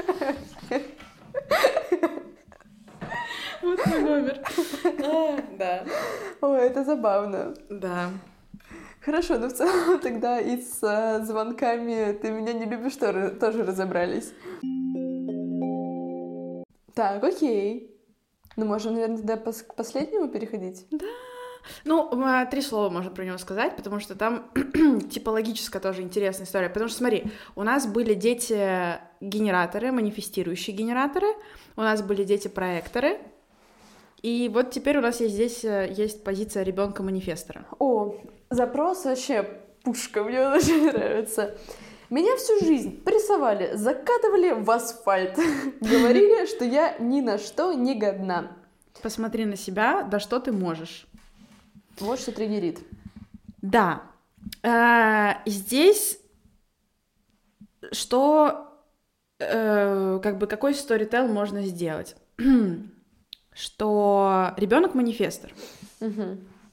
Вот мой номер. А, да. Ой, это забавно. Да. Хорошо, ну в целом тогда и с а, звонками «ты меня не любишь» тоже, тоже разобрались. Так, окей. Ну, можем, наверное, тогда пос- к последнему переходить? Да. Ну, три слова можно про него сказать, потому что там типологическая тоже интересная история. Потому что, смотри, у нас были дети-генераторы, манифестирующие генераторы, у нас были дети-проекторы, и вот теперь у нас есть здесь есть позиция ребенка-манифестора. О, запрос вообще пушка, мне он очень нравится. Меня всю жизнь прессовали, закатывали в асфальт, говорили, что я ни на что не годна. Посмотри на себя, да что ты можешь. Вот что триггерит. Да. Э, здесь что, э, как бы, какой сторител можно сделать? Что ребенок-манифестор угу.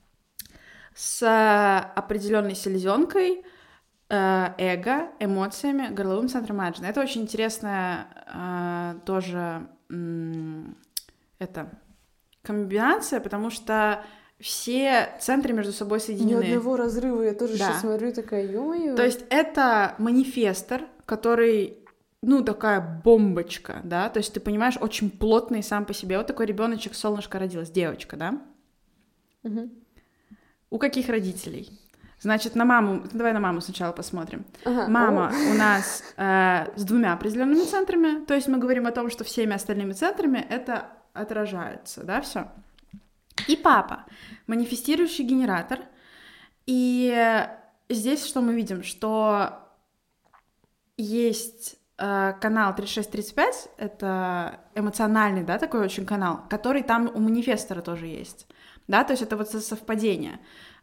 с определенной селезенкой, э, эго, эмоциями, горловым центром Маджина. Это очень интересная э, тоже э, это, комбинация, потому что все центры между собой соединены. Ни одного разрыва, я тоже да. сейчас смотрю, такая: ё-моё. То есть это манифестор, который, ну, такая бомбочка, да, то есть ты понимаешь, очень плотный сам по себе. Вот такой ребеночек, солнышко родилась, девочка, да? Угу. У каких родителей? Значит, на маму, давай на маму сначала посмотрим. Ага. Мама О. у нас э, с двумя определенными центрами, то есть мы говорим о том, что всеми остальными центрами это отражается, да, все. И папа, манифестирующий генератор, и здесь что мы видим, что есть э, канал тридцать шесть тридцать пять, это эмоциональный, да, такой очень канал, который там у манифестора тоже есть, да, то есть это вот совпадение.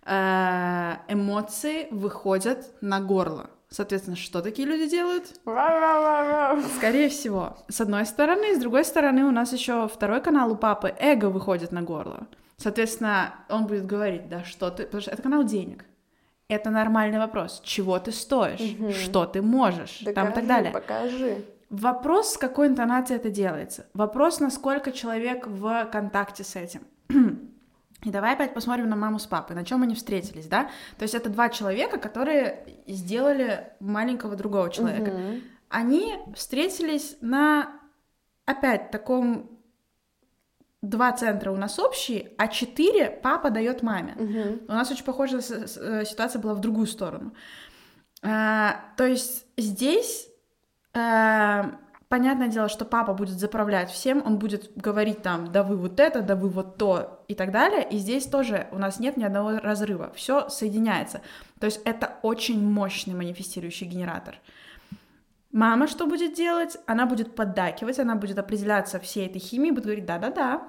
Эмоции выходят на горло. Соответственно, что такие люди делают? Скорее всего, с одной стороны, с другой стороны у нас еще второй канал у папы, эго выходит на горло. Соответственно, он будет говорить, да что ты, потому что это канал денег. Это нормальный вопрос. Чего ты стоишь? Угу. Что ты можешь? Докажи, там и так далее. Покажи. Вопрос, с какой интонацией это делается. Вопрос, насколько человек в контакте с этим. И давай опять посмотрим на маму с папой, на чем они встретились, да? То есть это два человека, которые сделали маленького другого человека. Угу. Они встретились на, опять, таком... Два центра у нас общие, а четыре папа дает маме. Угу. У нас очень похожая ситуация была в другую сторону. А, то есть здесь... А, понятное дело, что папа будет заправлять всем, он будет говорить там, да вы вот это, да вы вот то и так далее, и здесь тоже у нас нет ни одного разрыва, все соединяется. То есть это очень мощный манифестирующий генератор. Мама что будет делать? Она будет поддакивать, она будет определяться всей этой химией, будет говорить да-да-да.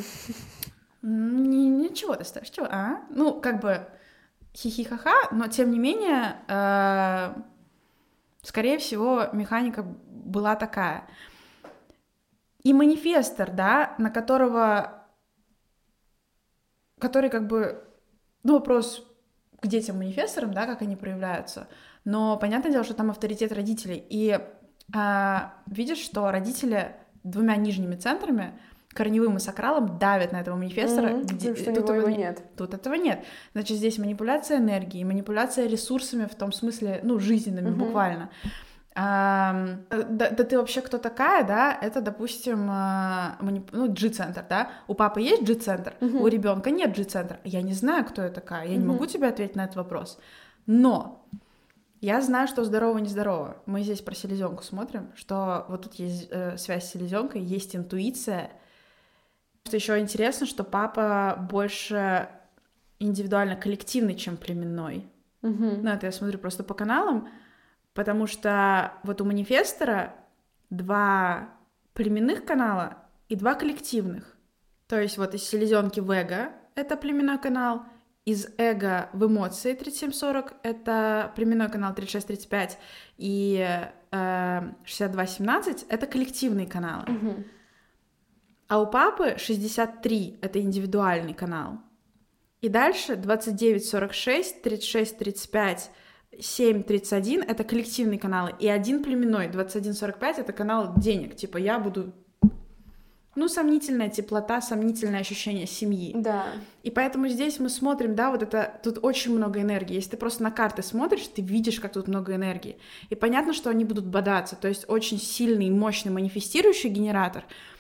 Ничего ты ставишь, чего, а? Ну, как бы хихи-ха-ха, но тем не менее, скорее всего, механика была такая. И манифестор, да, на которого, который как бы, ну, вопрос к детям манифесторам, да, как они проявляются, но понятное дело, что там авторитет родителей, и а, видишь, что родители двумя нижними центрами, корневым и сакралом, давят на этого манифестора, mm-hmm. где что тут его его нет. Тут этого нет. Значит, здесь манипуляция энергией, манипуляция ресурсами в том смысле, ну, жизненными, mm-hmm. буквально. А, да, да ты вообще кто такая, да? Это, допустим, манип... ну, G-центр, да? У папы есть G-центр, mm-hmm. у ребенка нет G-центра. Я не знаю, кто я такая, я mm-hmm. не могу тебе ответить на этот вопрос. Но я знаю, что здорово, нездорово. Мы здесь про селезенку смотрим, что вот тут есть э, связь с селезенкой, есть интуиция. Что еще интересно, что папа больше индивидуально коллективный, чем племенной. Mm-hmm. Ну, это я смотрю просто по каналам, потому что вот у манифестора два племенных канала и два коллективных. То есть вот из селезенки в эго — это племенной канал, из эго в эмоции тридцать семь сорок — это племенной канал тридцать шесть тридцать пять, и э, шестьдесят два семнадцать — это коллективные каналы. Mm-hmm. А у папы шестьдесят три — это индивидуальный канал. И дальше двадцать девять сорок шесть, тридцать шесть тридцать пять, семь тридцать один — это коллективные каналы. И один племенной, двадцать один сорок пять — это канал денег. Типа я буду... Ну, сомнительная теплота, сомнительное ощущение семьи. Да. И поэтому здесь мы смотрим, да, вот это... Тут очень много энергии. Если ты просто на карты смотришь, ты видишь, как тут много энергии. И понятно, что они будут бодаться. То есть очень сильный, мощный манифестирующий генератор.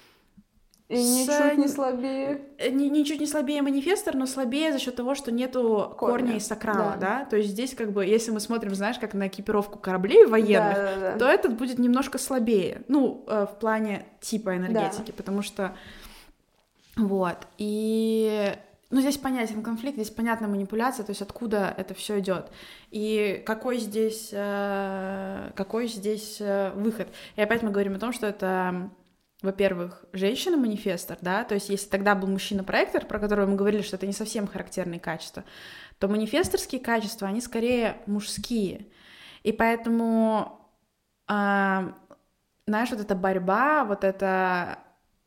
И ничуть не слабее. Ни, ничуть не слабее манифестор, но слабее за счет того, что нету корня, корня и сакрала, да. да. То есть здесь как бы, если мы смотрим, знаешь, как на экипировку кораблей военных, да, да, да. то этот будет немножко слабее, ну, в плане типа энергетики, да. Потому что вот, и... Ну, здесь понятен конфликт, здесь понятна манипуляция, то есть откуда это все идет. И какой здесь, какой здесь выход. И опять мы говорим о том, что это... Во-первых, женщина-манифестор, да, то есть если тогда был мужчина-проектор, про которого мы говорили, что это не совсем характерные качества, то манифесторские качества, они скорее мужские. И поэтому, э, знаешь, вот эта борьба, вот это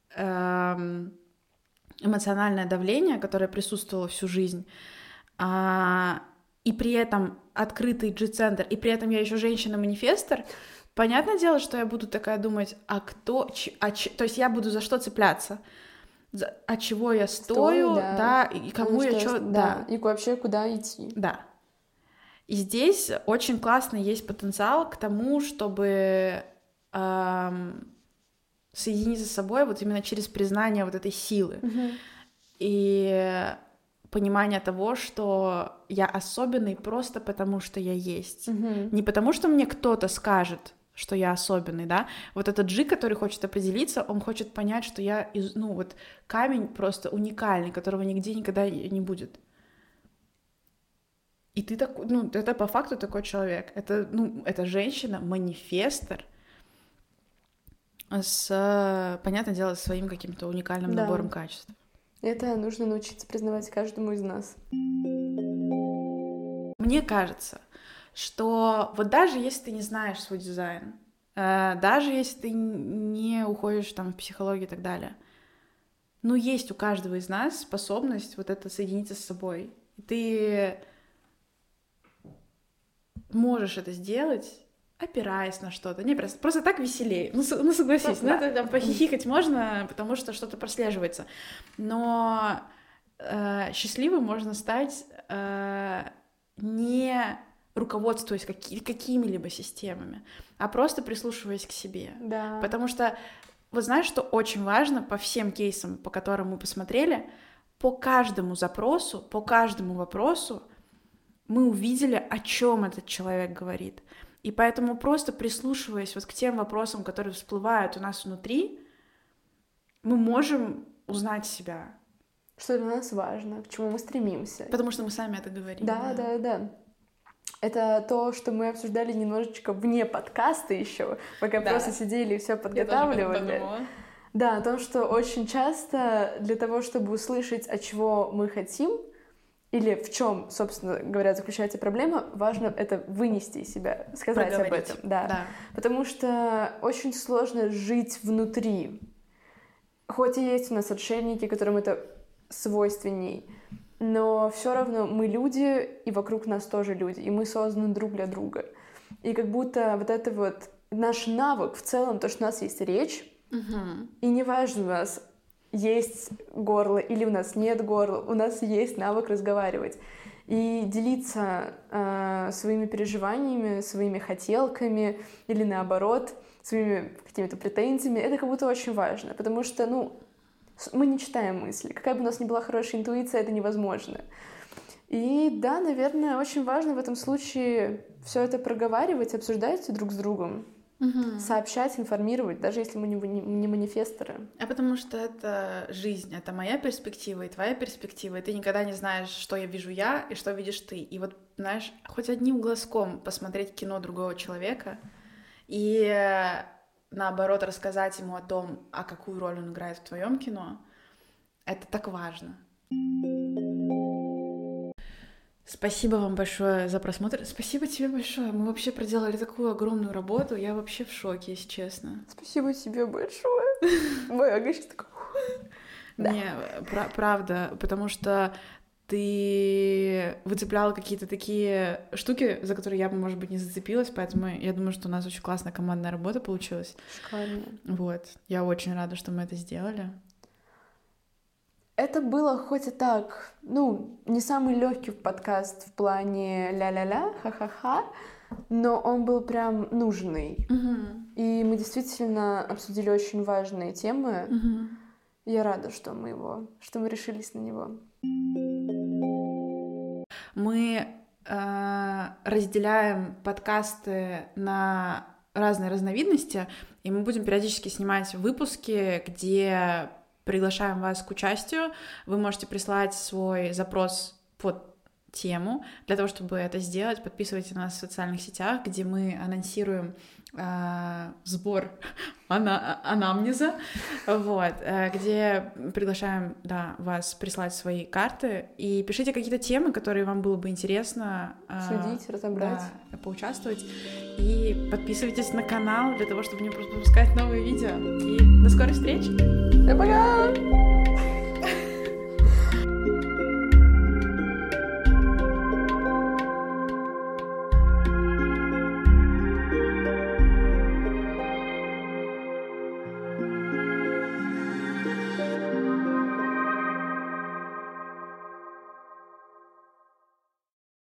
э, эмоциональное давление, которое присутствовало всю жизнь, э, и при этом открытый G-центр, и при этом я еще женщина-манифестор, понятное дело, что я буду такая думать, а кто, ч, а ч, то есть я буду за что цепляться, за, от чего я стою, Стой, да. да, и кому я что, да. да, и вообще куда идти. Да. И здесь очень классный есть потенциал к тому, чтобы эм, соединиться с собой вот именно через признание вот этой силы. Mm-hmm. И понимание того, что я особенный просто потому, что я есть. Mm-hmm. Не потому, что мне кто-то скажет, что я особенный, да. Вот этот Джи, который хочет определиться, он хочет понять, что я, из, ну вот, камень просто уникальный, которого нигде никогда не будет. И ты такой, ну, это по факту такой человек. Это, ну, это женщина-манифестор с, понятное дело, своим каким-то уникальным да. набором качеств. Это нужно научиться признавать каждому из нас. Мне кажется, что вот даже если ты не знаешь свой дизайн, даже если ты не уходишь там в психологию и так далее, ну, есть у каждого из нас способность вот это соединиться с собой. И ты можешь это сделать, опираясь на что-то. Не, просто, просто так веселее. Ну, ну согласись, ну, это там похихикать можно, потому что что-то прослеживается. Но э, счастливым можно стать э, не руководствуясь каки- какими-либо системами, а просто прислушиваясь к себе. Да. Потому что, вот знаешь, что очень важно по всем кейсам, по которым мы посмотрели, по каждому запросу, по каждому вопросу мы увидели, о чем этот человек говорит. И поэтому просто прислушиваясь вот к тем вопросам, которые всплывают у нас внутри, мы можем узнать себя. Что для нас важно, к чему мы стремимся. Потому что мы сами это говорим. Да, да, да. да. Это то, что мы обсуждали немножечко вне подкаста еще, пока да. просто сидели и все подготавливали. Да, о том, что очень часто для того, чтобы услышать, от чего мы хотим, или в чем, собственно говоря, заключается проблема, важно это вынести из себя, сказать Проговорить. об этом. Да. Да. Потому что очень сложно жить внутри. Хоть и есть у нас отшельники, которым это свойственней, но все равно мы люди, и вокруг нас тоже люди, и мы созданы друг для друга. И как будто вот это вот наш навык в целом, то, что у нас есть речь, угу. и неважно у нас есть горло или у нас нет горла, у нас есть навык разговаривать. И делиться э, своими переживаниями, своими хотелками или наоборот, своими какими-то претензиями, это как будто очень важно, потому что, ну, мы не читаем мысли. Какая бы у нас ни была хорошая интуиция, это невозможно. И да, наверное, очень важно в этом случае все это проговаривать, обсуждать друг с другом. Угу. Сообщать, информировать, даже если мы не, не манифесторы. А потому что это жизнь, это моя перспектива и твоя перспектива, и ты никогда не знаешь, что я вижу я и что видишь ты. И вот, знаешь, хоть одним глазком посмотреть кино другого человека и, наоборот, рассказать ему о том, а какую роль он играет в твоем кино, это так важно. Спасибо вам большое за просмотр. Спасибо тебе большое. Мы вообще проделали такую огромную работу. Я вообще в шоке, если честно. Спасибо тебе большое. Моя ага сейчас такая... Не, правда, потому что ты выцепляла какие-то такие штуки, за которые я бы, может быть, не зацепилась, поэтому я думаю, что у нас очень классная командная работа получилась. Шикарно. Вот. Я очень рада, что мы это сделали. Это было хоть и так, ну, не самый легкий подкаст в плане ля-ля-ля, ха-ха-ха, но он был прям нужный. Uh-huh. И мы действительно обсудили очень важные темы. Uh-huh. Я рада, что мы его, что мы решились на него. Мы э, разделяем подкасты на разные разновидности, и мы будем периодически снимать выпуски, где приглашаем вас к участию. Вы можете прислать свой запрос под тему. Для того, чтобы это сделать, подписывайтесь на нас в социальных сетях, где мы анонсируем э, сбор ана- анамнеза, вот, э, где приглашаем, да, вас прислать свои карты и пишите какие-то темы, которые вам было бы интересно э, следить, разобрать, да, поучаствовать. И подписывайтесь на канал для того, чтобы не пропускать новые видео. И до скорой встречи! Пока!